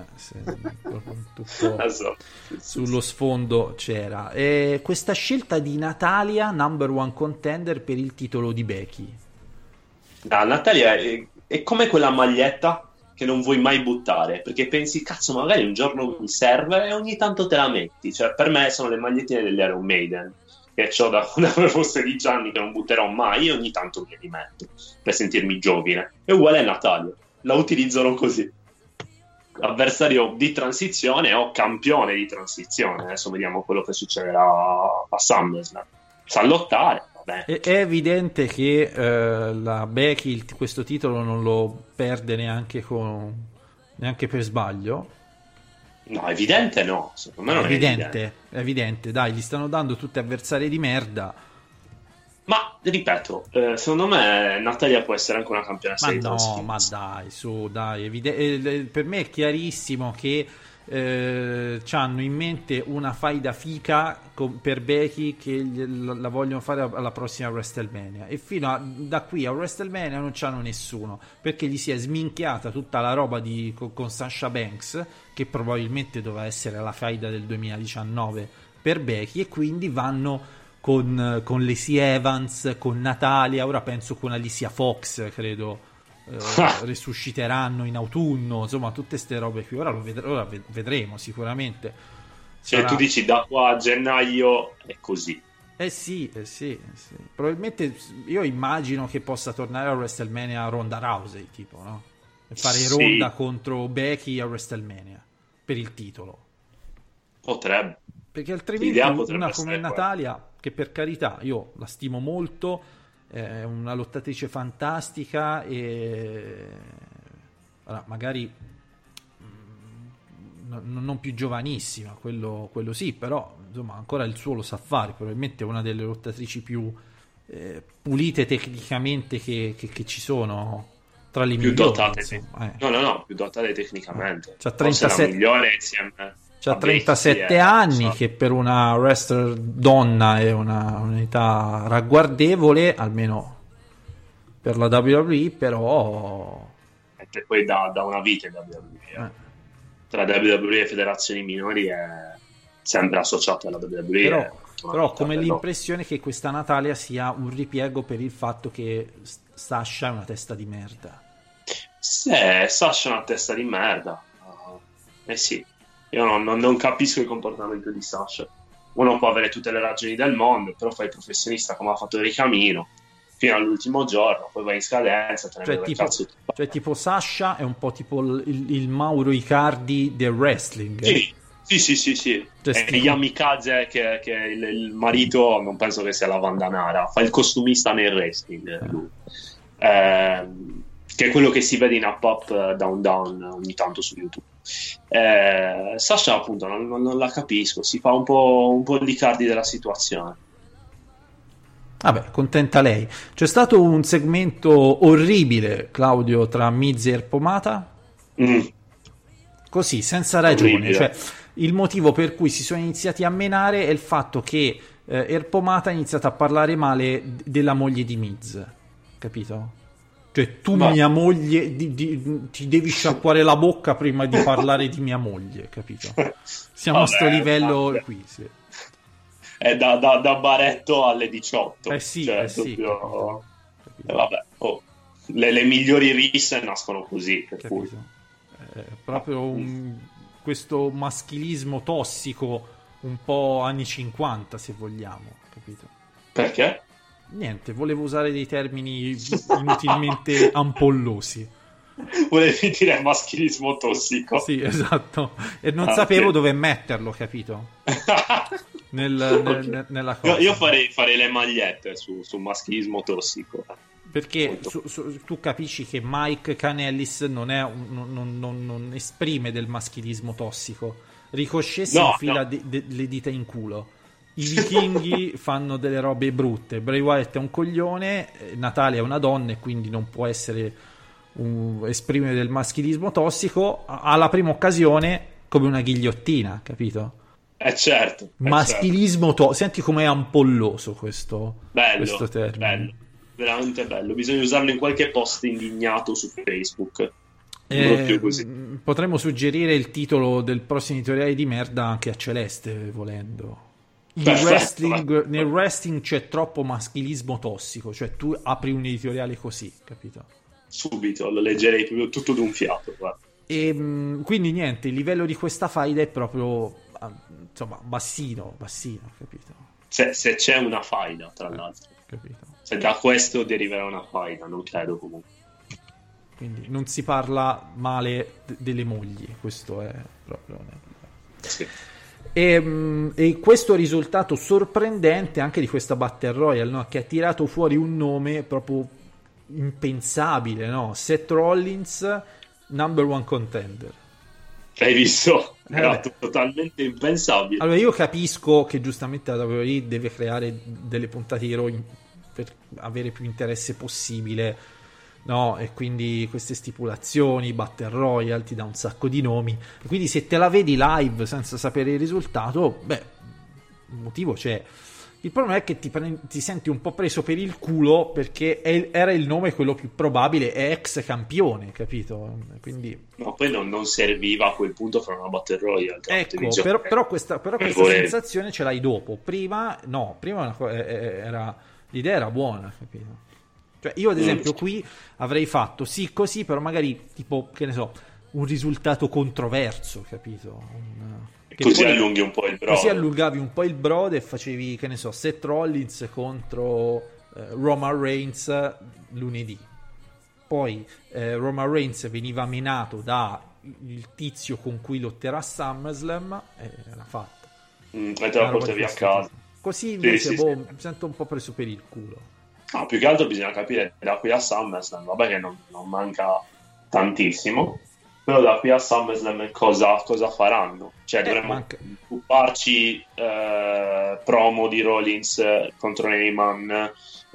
tutto esatto. sullo sfondo c'era. E questa scelta di Natalia, number one contender per il titolo di Becky. Natalia è come quella maglietta che non vuoi mai buttare, perché pensi, cazzo, magari un giorno mi serve e ogni tanto te la metti. Cioè, per me sono le magliettine degli Iron Maiden, che ho da quando avevo 16 anni, che non butterò mai, e ogni tanto mi rimetto per sentirmi giovine. È uguale a Natalia, la utilizzano così. Avversario di transizione o campione di transizione. Adesso vediamo quello che succederà a SummerSlam. Sa lottare. È evidente che la Becky questo titolo non lo perde neanche per sbaglio. No, evidente no, secondo me non è evidente, dai, gli stanno dando tutti avversari di merda. Ma ripeto, secondo me Natalia può essere anche una campionessa di transizione. Ma dai, su, dai, per me è chiarissimo che c'hanno in mente una faida fica per Becky che la vogliono fare alla prossima WrestleMania, e da qui a WrestleMania non c'hanno nessuno, perché gli si è sminchiata tutta la roba con Sasha Banks, che probabilmente doveva essere la faida del 2019 per Becky, e quindi vanno con Lacey Evans, con Natalia, ora penso con Alicia Fox, credo resusciteranno in autunno, insomma tutte ste robe qui, ora vedremo sicuramente. Cioè tu dici da qua a gennaio è così. Sì. Probabilmente io immagino che possa tornare a WrestleMania Ronda Rousey, tipo, no? E fare Ronda contro Becky a WrestleMania per il titolo. Potrebbe. Perché altrimenti una come Natalia, che per carità io la stimo molto, è una lottatrice fantastica e magari non più giovanissima, quello sì, però insomma ancora il suo lo sa fare, probabilmente è una delle lottatrici più pulite tecnicamente che ci sono tra le più migliori, dotate no, più dotate tecnicamente. C'ha Forse 37 la migliore insieme c'ha 37 anni, che per una wrestler donna è un'età ragguardevole, almeno per la WWE, però e poi da una vita in WWE. Tra WWE e federazioni minori è sempre associato alla WWE. Però come l'impressione che questa Natalia sia un ripiego per il fatto che Sasha è una testa di merda. Sasha è una testa di merda. Sì, io non capisco il comportamento di Sasha. Uno può avere tutte le ragioni del mondo, però fai il professionista come ha fatto Ricamino fino all'ultimo giorno, poi vai in scadenza, cioè tipo Sasha è un po' tipo il Mauro Icardi del wrestling. Sì. E Yamikaze che il marito, non penso che sia la Vandanara, fa il costumista nel wrestling, lui. Che è quello che si vede in Up Up Down Down ogni tanto su YouTube. Sasha appunto non la capisco, si fa un po' l'Icardi della situazione. Vabbè, contenta lei. C'è stato un segmento orribile, Claudio, tra Miz e Erpomata. Così, senza ragione. Orribile. Cioè, il motivo per cui si sono iniziati a menare è il fatto che Erpomata ha iniziato a parlare male della moglie di Miz. Capito? Cioè, mia moglie, ti devi sciacquare la bocca prima di parlare di mia moglie, capito? Siamo a sto livello qui, sì. È da baretto alle 18. Sì, proprio... vabbè, le migliori risse nascono così, per cui. Proprio questo maschilismo tossico un po' anni 50, se vogliamo, capito? Perché? Niente, volevo usare dei termini inutilmente ampollosi. Volevi dire maschilismo tossico? Sì, esatto. E non sapevo dove metterlo, capito? Nella cosa. Io farei le magliette su maschilismo tossico. Perché tu capisci che Mike Kanellis non esprime del maschilismo tossico. Ricochet si infila le dita in culo. I vichinghi fanno delle robe brutte. Bray Wyatt è un coglione, Natalia è una donna e quindi non può essere esprimere del maschilismo tossico. Alla prima occasione come una ghigliottina, capito? Certo. Maschilismo tossico. Senti com'è ampolloso questo termine. Bello, veramente bello. Bisogna usarlo in qualche post indignato su Facebook. Proprio così. Potremmo suggerire il titolo del prossimo editoriale di merda anche a Celeste, volendo. Nel wrestling c'è troppo maschilismo tossico, cioè tu apri un editoriale così, capito? Subito, lo leggerei proprio tutto d'un fiato. Guarda. E quindi niente, il livello di questa faida è proprio insomma bassino, capito? Se c'è una faida, tra l'altro, capito? Se da questo deriverà una faida, non credo comunque. Quindi non si parla male delle mogli, questo è proprio sì. E questo risultato sorprendente anche di questa Battle Royale, no? Che ha tirato fuori un nome proprio impensabile, no? Seth Rollins, number one contender. Hai visto? Era totalmente impensabile. Allora io capisco che giustamente la WWE deve creare delle puntate Raw per avere più interesse possibile, no? E quindi queste stipulazioni, Battle Royale ti dà un sacco di nomi, e quindi se te la vedi live senza sapere il risultato, un motivo c'è. Il problema è che ti senti un po' preso per il culo perché era il nome quello più probabile, è ex campione, capito? Quindi no, poi non serviva a quel punto fare una Battle Royale. Ecco, però questa sensazione ce l'hai dopo. Prima era l'idea era buona, capito? Cioè io ad esempio qui avrei fatto sì così, però magari tipo, che ne so, un risultato controverso, capito? Così allunghi un po' il brodo. Così allungavi un po' il brodo e facevi, che ne so, Seth Rollins contro Roman Reigns lunedì. Poi Roman Reigns veniva menato da il tizio con cui lotterà SummerSlam e era fatta. E te la portavi a casa. Così invece mi sento un po' preso per il culo. No, più che altro bisogna capire da qui a SummerSlam, vabbè che non manca tantissimo, però da qui a SummerSlam cosa faranno? Cioè dovremmo occuparci promo di Rollins contro Heyman,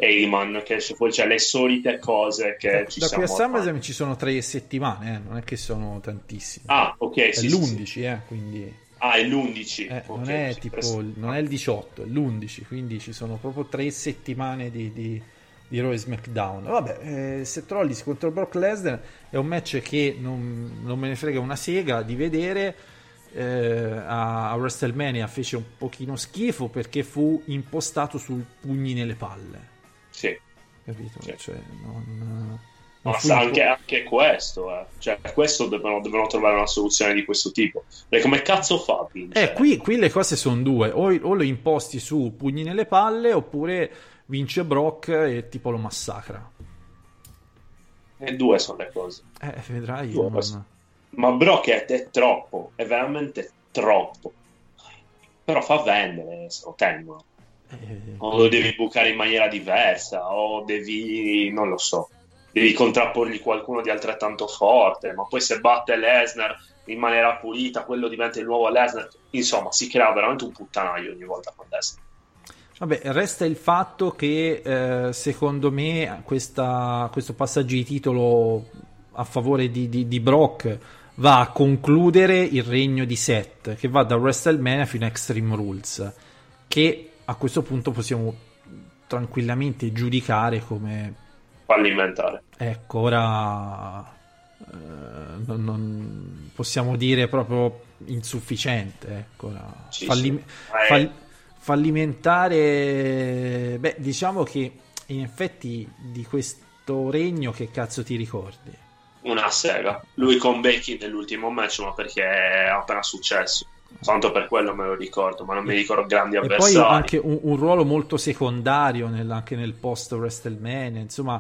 Heyman, che poi c'è le solite cose che ci da qui siamo a SummerSlam ci sono 3 settimane, non è che sono tantissime. Ok, è sì, l'11, sì. quindi È l'11. non Okay, è tipo non è il 18, è l'11, quindi ci sono proprio 3 settimane di Raw e SmackDown. Vabbè, Seth Rollins contro Brock Lesnar è un match che non me ne frega una sega di vedere. A WrestleMania fece un pochino schifo perché fu impostato sul pugni nelle palle. Sì. Capito? Sì. Cioè, ma anche questo, cioè questo devono trovare una soluzione di questo tipo. Perché come cazzo fa a vincere? Qui le cose sono due: o lo imposti su pugni nelle palle, oppure vince Brock e tipo lo massacra. E due sono le cose. Vedrai. Ma Brock è troppo, è veramente troppo. Però fa vendere, se lo tengono. O lo devi bucare in maniera diversa, o devi, non lo so, devi contrapporgli qualcuno di altrettanto forte. Ma poi se batte Lesnar in maniera pulita, quello diventa il nuovo Lesnar. Insomma, si crea veramente un puttanaio ogni volta con Lesnar. Vabbè, resta il fatto che secondo me questo passaggio di titolo a favore di Brock va a concludere il regno di Seth, che va da WrestleMania fino a Extreme Rules, che a questo punto possiamo tranquillamente giudicare come fallimentare. Ecco, ora non possiamo dire proprio insufficiente, ecco, fallimentare. Beh, diciamo che in effetti di questo regno che cazzo ti ricordi? Una sega, lui con Becky nell'ultimo match, ma perché è appena successo, tanto per quello me lo ricordo, ma non mi ricordo grandi avversari. E poi anche un ruolo molto secondario anche nel post WrestleMania, insomma.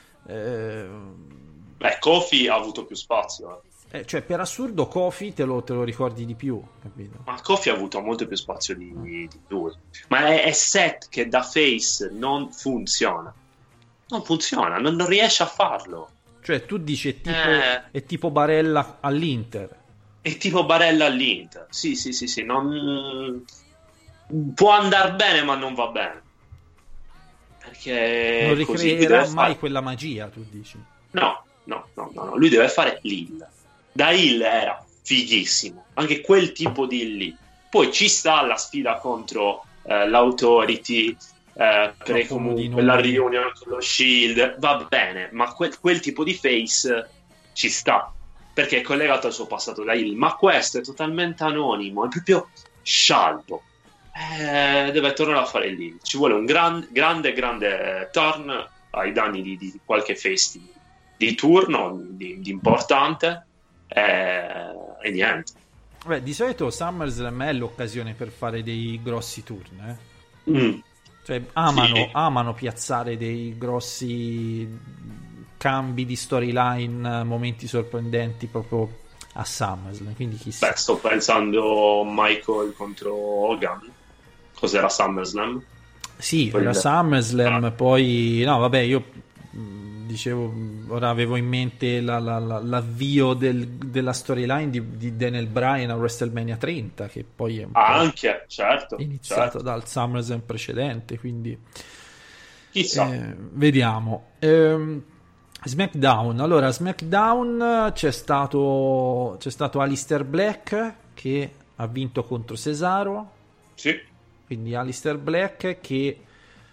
Kofi ha avuto più spazio. Cioè, per assurdo Kofi te lo ricordi di più, capito? Ma Kofi ha avuto molto più spazio di lui. Ma è Seth che da face non funziona, non riesce a farlo. Cioè, tu dici è tipo Barella all'Inter. È tipo Barella all'Inter. Sì. Non può andare bene, ma non va bene. Perché non ricreerà mai quella magia, tu dici? No. Lui deve fare l'Hill. Da Hill era fighissimo. Anche quel tipo di Hill. Poi ci sta la sfida contro l'Authority. Per quella riunione con lo Shield va bene, ma quel tipo di face ci sta perché è collegato al suo passato da heel, ma questo è totalmente anonimo, è proprio scialbo, deve tornare a fare lì, ci vuole un grande turn ai danni di qualche face di turno, di importante, e niente. Beh, di solito SummerSlam è l'occasione per fare dei grossi turn, Cioè, amano piazzare dei grossi cambi di storyline, momenti sorprendenti proprio a SummerSlam. Quindi chissà. Beh, sto pensando Michael contro Hogan. Cos'era SummerSlam? Sì, era SummerSlam. Poi no, vabbè, io dicevo, ora avevo in mente l'avvio della storyline di Daniel Bryan a WrestleMania 30, che poi è un anche, certo, iniziato dal SummerSlam precedente, quindi chissà. Vediamo. SmackDown. Allora, SmackDown c'è stato Aleister Black che ha vinto contro Cesaro. Sì. Quindi Aleister Black che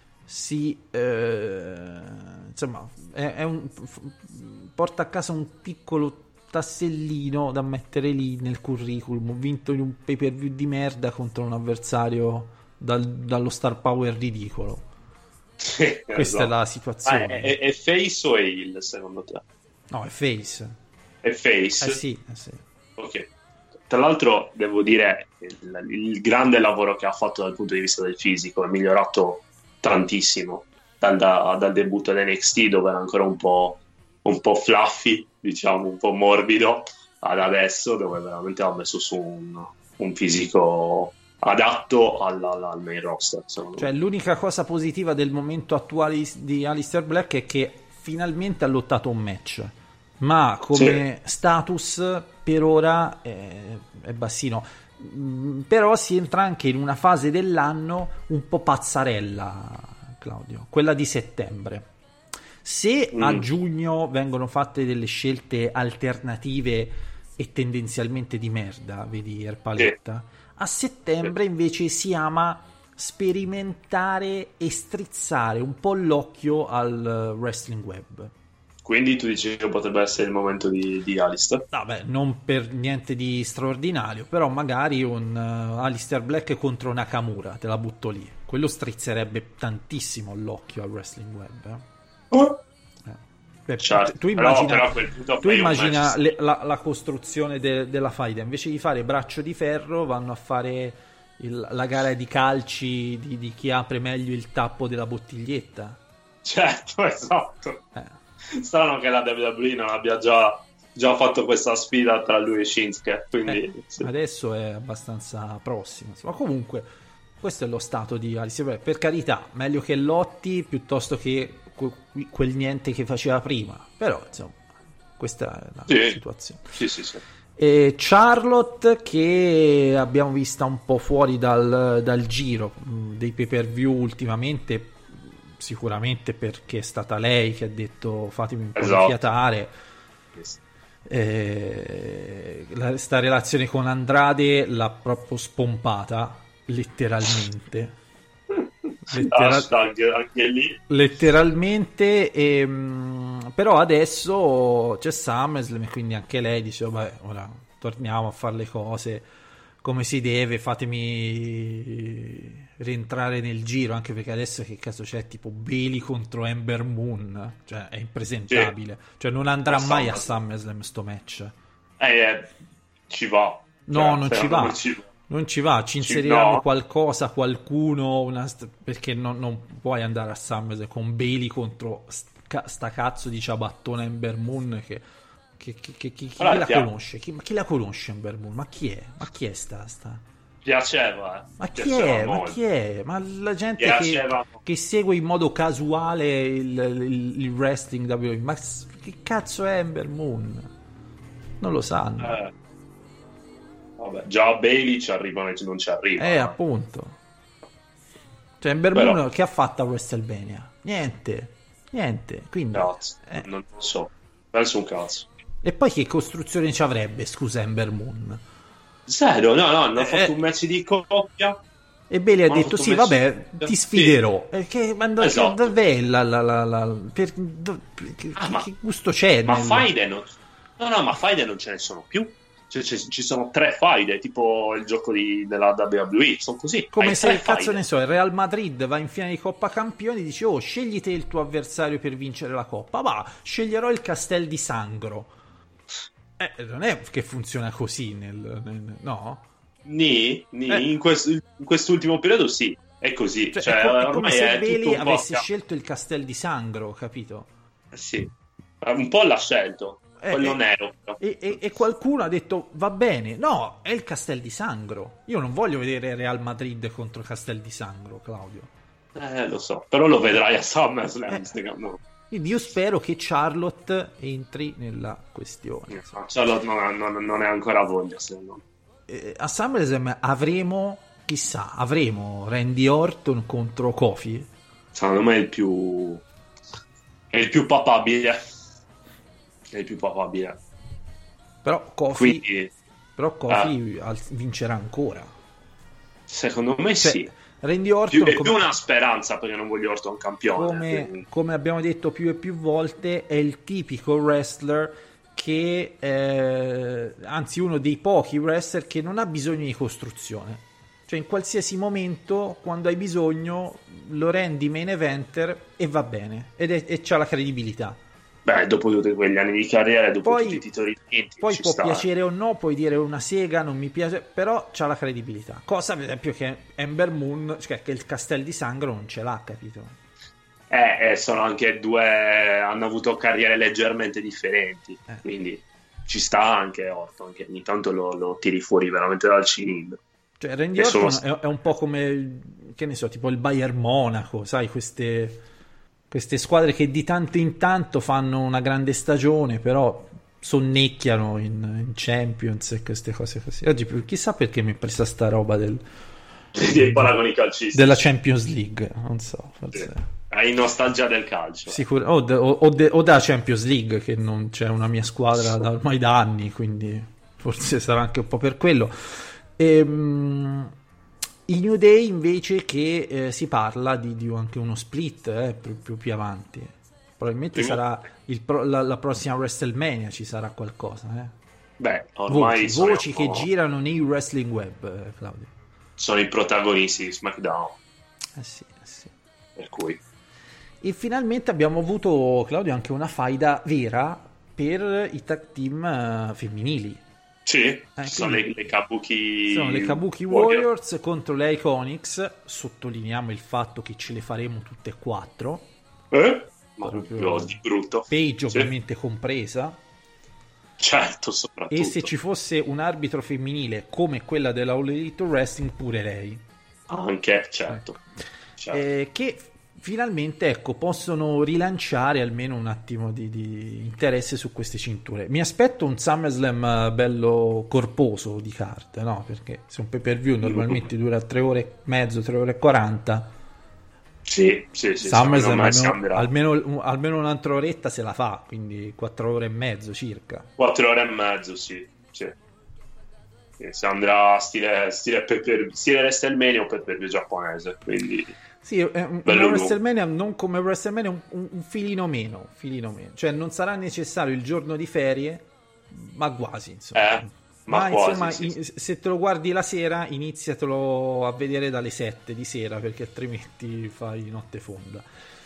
insomma porta a casa un piccolo tassellino da mettere lì nel curriculum. Ho vinto in un pay per view di merda contro un avversario dallo star power ridicolo. Sì, questa è la situazione. È face o è heel secondo te? No, è face. È face? Sì. Ok. Tra l'altro devo dire il grande lavoro che ha fatto dal punto di vista del fisico, è migliorato tantissimo dal debutto ad NXT, dove era ancora un po' fluffy, diciamo, un po' morbido, ad adesso dove veramente ha messo su un fisico adatto al main roster. Cioè, l'unica cosa positiva del momento attuale di Aleister Black è che finalmente ha lottato un match, ma come status per ora è bassino. Però si entra anche in una fase dell'anno un po' pazzarella, Claudio, quella di settembre. Se a giugno vengono fatte delle scelte alternative e tendenzialmente di merda, vedi Erpaletta, a settembre invece si ama sperimentare e strizzare un po' l'occhio al wrestling web. Quindi tu dici che potrebbe essere il momento di Alistair? Vabbè, non per niente di straordinario, però magari un Alistair Black contro Nakamura, te la butto lì. Quello strizzerebbe tantissimo l'occhio al wrestling web. Certo. Tu immagina, match... la costruzione della faida, invece di fare braccio di ferro vanno a fare la gara di calci di chi apre meglio il tappo della bottiglietta. Certo, esatto. Strano che la WWE non abbia già fatto questa sfida tra lui e Shinsuke, quindi sì. Adesso è abbastanza prossimo, ma comunque questo è lo stato di Alice. Per carità, meglio che lotti piuttosto che quel niente che faceva prima, però insomma questa è la situazione. Sì. E Charlotte, che abbiamo vista un po' fuori dal giro dei pay per view ultimamente, sicuramente perché è stata lei che ha detto fatemi un po' rifiatare. Sta relazione con Andrade l'ha proprio spompata letteralmente. Anche lì letteralmente, però adesso c'è SummerSlam e quindi anche lei dice vabbè, ora torniamo a fare le cose come si deve, fatemi rientrare nel giro, anche perché adesso che caso c'è, tipo Bayley contro Ember Moon, cioè è impresentabile, cioè non andrà mai a SummerSlam sto match. Ci va. Non ci va, ci inseriranno qualcuno, perché non puoi andare a SummerSlam con Bayley contro sta cazzo di ciabattona Ember Moon chi la conosce? Chi la conosce Ember Moon? Ma chi è sta? Piaceva. Ma chi è? Ma la gente che segue in modo casuale il wrestling WWE, ma che cazzo è Ember Moon? Non lo sanno. Vabbè, già a Bayley ci arrivano e non ci arriva. Appunto. Cioè Ember Moon che ha fatto a WrestleMania? Niente. Quindi non so. Penso un cazzo. E poi che costruzione ci avrebbe, scusa, Ember Moon? Zero, no, hanno fatto un match di coppia. E Bayley ha detto sì, vabbè, ti sfiderò. Che dov'è che gusto c'è? Ma faide non... ma faide non ce ne sono più. Cioè, ci sono 3 faide, tipo il gioco della WWE, sono così. Come se, cazzo ne so, il Real Madrid va in finale di Coppa Campioni, dici scegli te il tuo avversario per vincere la Coppa. Va, sceglierò il Castel di Sangro. Non è che funziona così no? In quest'ultimo periodo sì, è così. Cioè, è come se Bayley avesse scelto il Castel di Sangro, capito? Sì, un po' l'ha scelto. Quello nero. E qualcuno ha detto va bene, no, è il Castel di Sangro. Io non voglio vedere Real Madrid contro Castel di Sangro, Claudio. Lo so, però lo vedrai a SummerSlam. Quindi io spero che Charlotte entri nella questione. Charlotte non è ancora voglia, secondo me. A SummerSlam avremo Randy Orton contro Kofi. Secondo me è il più papabile. È il più papabile. Però Kofi vincerà ancora. Secondo me sì. Randy Orton è più una speranza, perché non voglio Orton campione. Come abbiamo detto più e più volte, è il tipico wrestler che anzi uno dei pochi wrestler che non ha bisogno di costruzione. Cioè in qualsiasi momento, quando hai bisogno, lo rendi main eventer e va bene. E c'ha la credibilità. Beh, dopo tutti quegli anni di carriera, dopo tutti i titoli vinti, poi può piacere o no, puoi dire una sega, non mi piace, però c'ha la credibilità. Cosa, per esempio, che Ember Moon, cioè che il Castel di Sangro non ce l'ha, capito? Sono anche due, hanno avuto carriere leggermente differenti, quindi ci sta anche Orton, che ogni tanto lo tiri fuori veramente dal cilindro. Cioè Randy Orton è un po' come, che ne so, tipo il Bayern Monaco, sai, queste squadre che di tanto in tanto fanno una grande stagione, però sonnecchiano in Champions e queste cose così. Oggi chissà perché mi è presa sta roba del dei paragoni calcistici della Champions League, non so, forse. Sì. Hai nostalgia del calcio. Sicuro, o da Champions League, che non c'è una mia squadra ormai da anni, quindi forse sarà anche un po' per quello. Il New Day invece che si parla di anche uno split più avanti. Probabilmente sarà la prossima WrestleMania, ci sarà qualcosa. Beh, ormai voci che girano nei wrestling web, Claudio. Sono i protagonisti di SmackDown. Sì. Per cui. E finalmente abbiamo avuto, Claudio, anche una faida vera per i tag team femminili. Sì, sono le Kabuki. Sono le Kabuki Warriors contro le Iconics. Sottolineiamo il fatto che ce le faremo tutte e 4. Ma proprio di brutto. Paige ovviamente compresa. Certo, soprattutto. E se ci fosse un arbitro femminile come quella della All Elite Wrestling, pure lei. Anche, certo. Che finalmente, ecco, possono rilanciare almeno un attimo di interesse su queste cinture. Mi aspetto un SummerSlam bello corposo di carte, no? Perché se un pay-per-view normalmente dura 3 ore e mezzo, 3 ore e 40... Sì. SummerSlam almeno un'altra oretta se la fa, quindi 4 ore e mezzo circa. 4 ore e mezzo, sì. Se andrà stile WrestleMania o pay-per-view giapponese, quindi sì, una WrestleMania non come WrestleMania, un filino meno, cioè non sarà necessario il giorno di ferie, ma quasi, insomma. Ma quasi, insomma, se te lo guardi la sera, iniziatelo a vedere dalle 7 di sera, perché altrimenti fai notte fonda.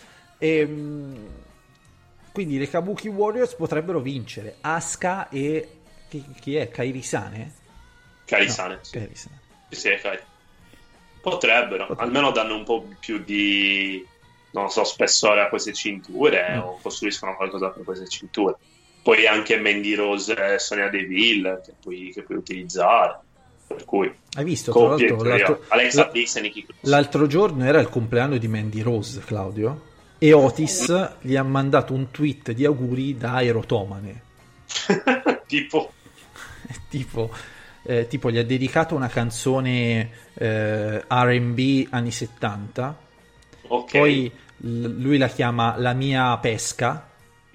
Quindi le Kabuki Warriors potrebbero vincere. Asuka e chi è? Kairi Sane? Kairi Sane. Sì, Kairi. Potrebbero, almeno danno un po' più di, non so, spessore a queste cinture o costruiscono qualcosa per queste cinture. Poi anche Mandy Rose e Sonya Deville che puoi utilizzare, per cui hai visto tra l'altro Alexa Bliss e Nikki Cross. L'altro giorno era il compleanno di Mandy Rose, Claudio, e Otis gli ha mandato un tweet di auguri da Aerotomane. tipo gli ha dedicato una canzone R&B anni 70. Okay. Poi lui la chiama La mia pesca.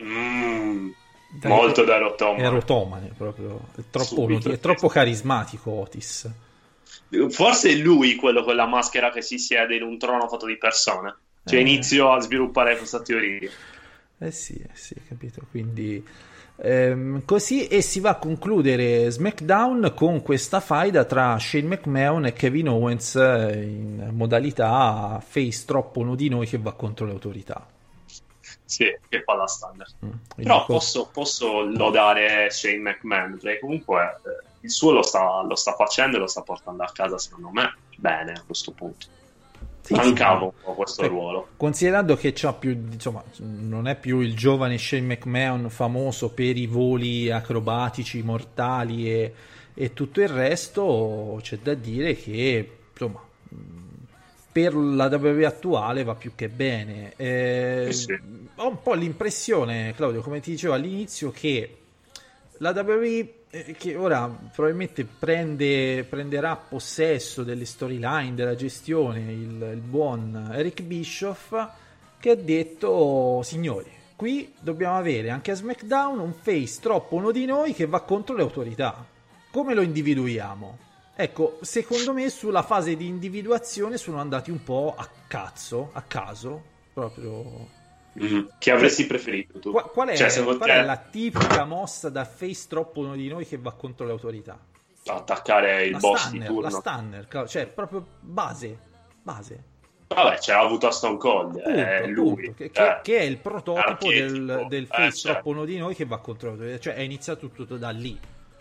Molto da Aerotomane. Proprio è troppo carismatico Otis. Forse è lui quello con la maschera che si siede in un trono fatto di persone. Cioè inizio a sviluppare questa teoria. Sì, capito. Quindi così, e si va a concludere SmackDown con questa faida tra Shane McMahon e Kevin Owens in modalità face troppo uno di noi che va contro le autorità. Sì, che fa la standard. Però posso lodare Shane McMahon, perché comunque il suo lo sta facendo e lo sta portando a casa, secondo me, bene a questo punto. Mancava un po' questo ruolo. Considerando che c'ha più, insomma, non è più il giovane Shane McMahon famoso per i voli acrobatici mortali e tutto il resto, c'è da dire che, insomma, per la WWE attuale va più che bene. Ho un po' l'impressione, Claudio, come ti dicevo all'inizio, che la WWE, che ora probabilmente prenderà possesso delle storyline, della gestione, il buon Eric Bischoff, che ha detto: signori, qui dobbiamo avere anche a SmackDown un face troppo uno di noi che va contro le autorità. Come lo individuiamo? Ecco, secondo me sulla fase di individuazione sono andati un po' a caso, proprio. Che avresti preferito tu? Qual è la tipica mossa da face troppo uno di noi che va contro le autorità? Attaccare il boss di turno. La stunner, cioè proprio base. Vabbè, c'è avuto a Stone Cold, lui. Che è il prototipo del face troppo uno di noi che va contro le autorità. Cioè è iniziato tutto da lì.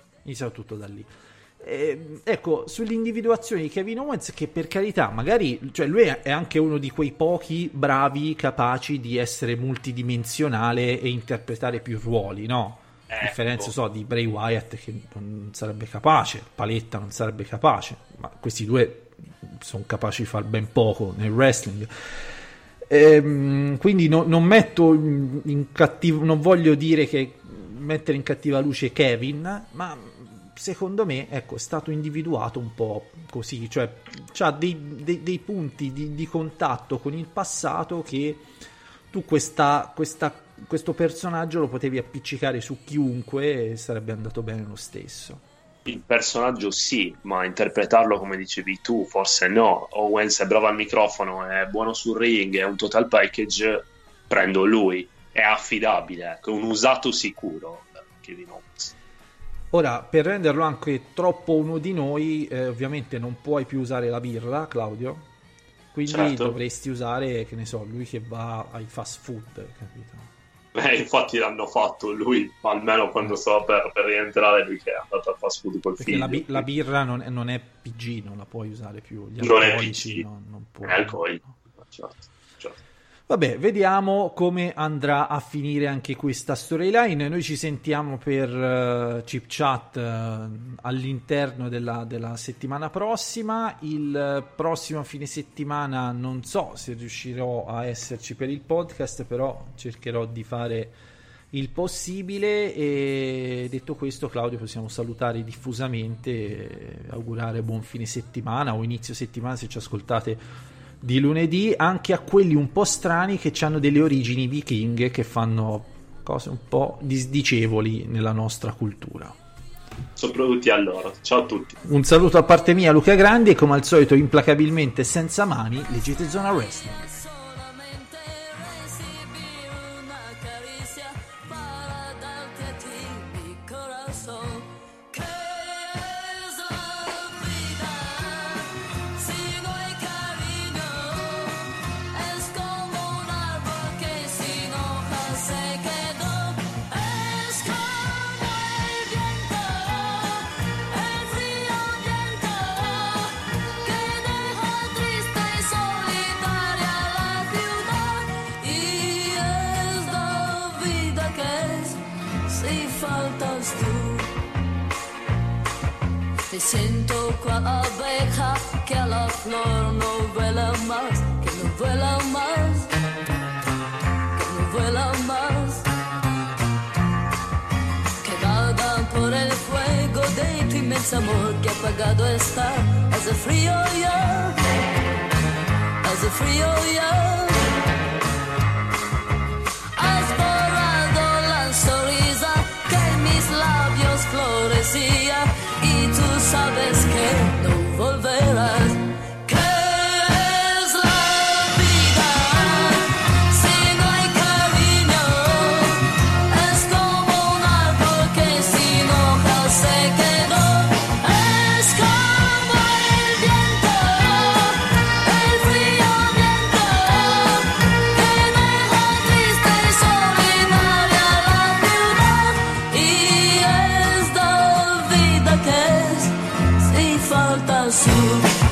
Ecco, sull'individuazione di Kevin Owens, che per carità magari, cioè lui è anche uno di quei pochi bravi capaci di essere multidimensionale e interpretare più ruoli, no? A differenza di Bray Wyatt, che non sarebbe capace, Paletta non sarebbe capace, ma questi due sono capaci di far ben poco nel wrestling. Quindi non metto in cattivo, non voglio dire che mettere in cattiva luce Kevin, ma secondo me, ecco, è stato individuato un po' così, cioè c'ha dei punti di contatto con il passato che tu questo personaggio lo potevi appiccicare su chiunque e sarebbe andato bene lo stesso. Il personaggio sì, ma interpretarlo come dicevi tu forse no. Owens è bravo al microfono, è buono sul ring, è un total package, prendo lui, è affidabile, ecco, un usato sicuro Kevin Owens. Ora, per renderlo anche troppo uno di noi, ovviamente non puoi più usare la birra, Claudio, quindi certo. Dovresti usare, che ne so, lui che va ai fast food, capito? Infatti l'hanno fatto lui, almeno quando stava per rientrare, lui che è andato al fast food col figlio. Perché la birra non è PG, non la puoi usare più. Gli non è alcolici PG, non puoi. È alcolico, certo. Vabbè, vediamo come andrà a finire anche questa storyline. Noi ci sentiamo per Chip Chat all'interno della settimana prossima. Il prossimo fine settimana non so se riuscirò a esserci per il podcast, però cercherò di fare il possibile. E detto questo, Claudio, possiamo salutare diffusamente e augurare buon fine settimana o inizio settimana se ci ascoltate di lunedì, anche a quelli un po' strani che hanno delle origini vichinghe, che fanno cose un po' disdicevoli nella nostra cultura. Soprattutto a loro. Ciao a tutti. Un saluto a parte mia, Luca Grandi, e come al solito implacabilmente senza mani leggete Zona Wrestling. Te siento qua abeja que a la flor no vuela más, que no vuela más, que no vuela más. Quemada por el fuego de tu inmenso amor que apagado está. Hace frío ya, hace frío ya. Has borrado la sonrisa que en mis labios florecía. Y tú sabes que no volverás. ¿Qué es la vida si no hay cariño? Es como un árbol que sin hojas se quedó. Es como el viento, el frío viento que deja triste y solitaria la ciudad. Y es la vida que es si falta su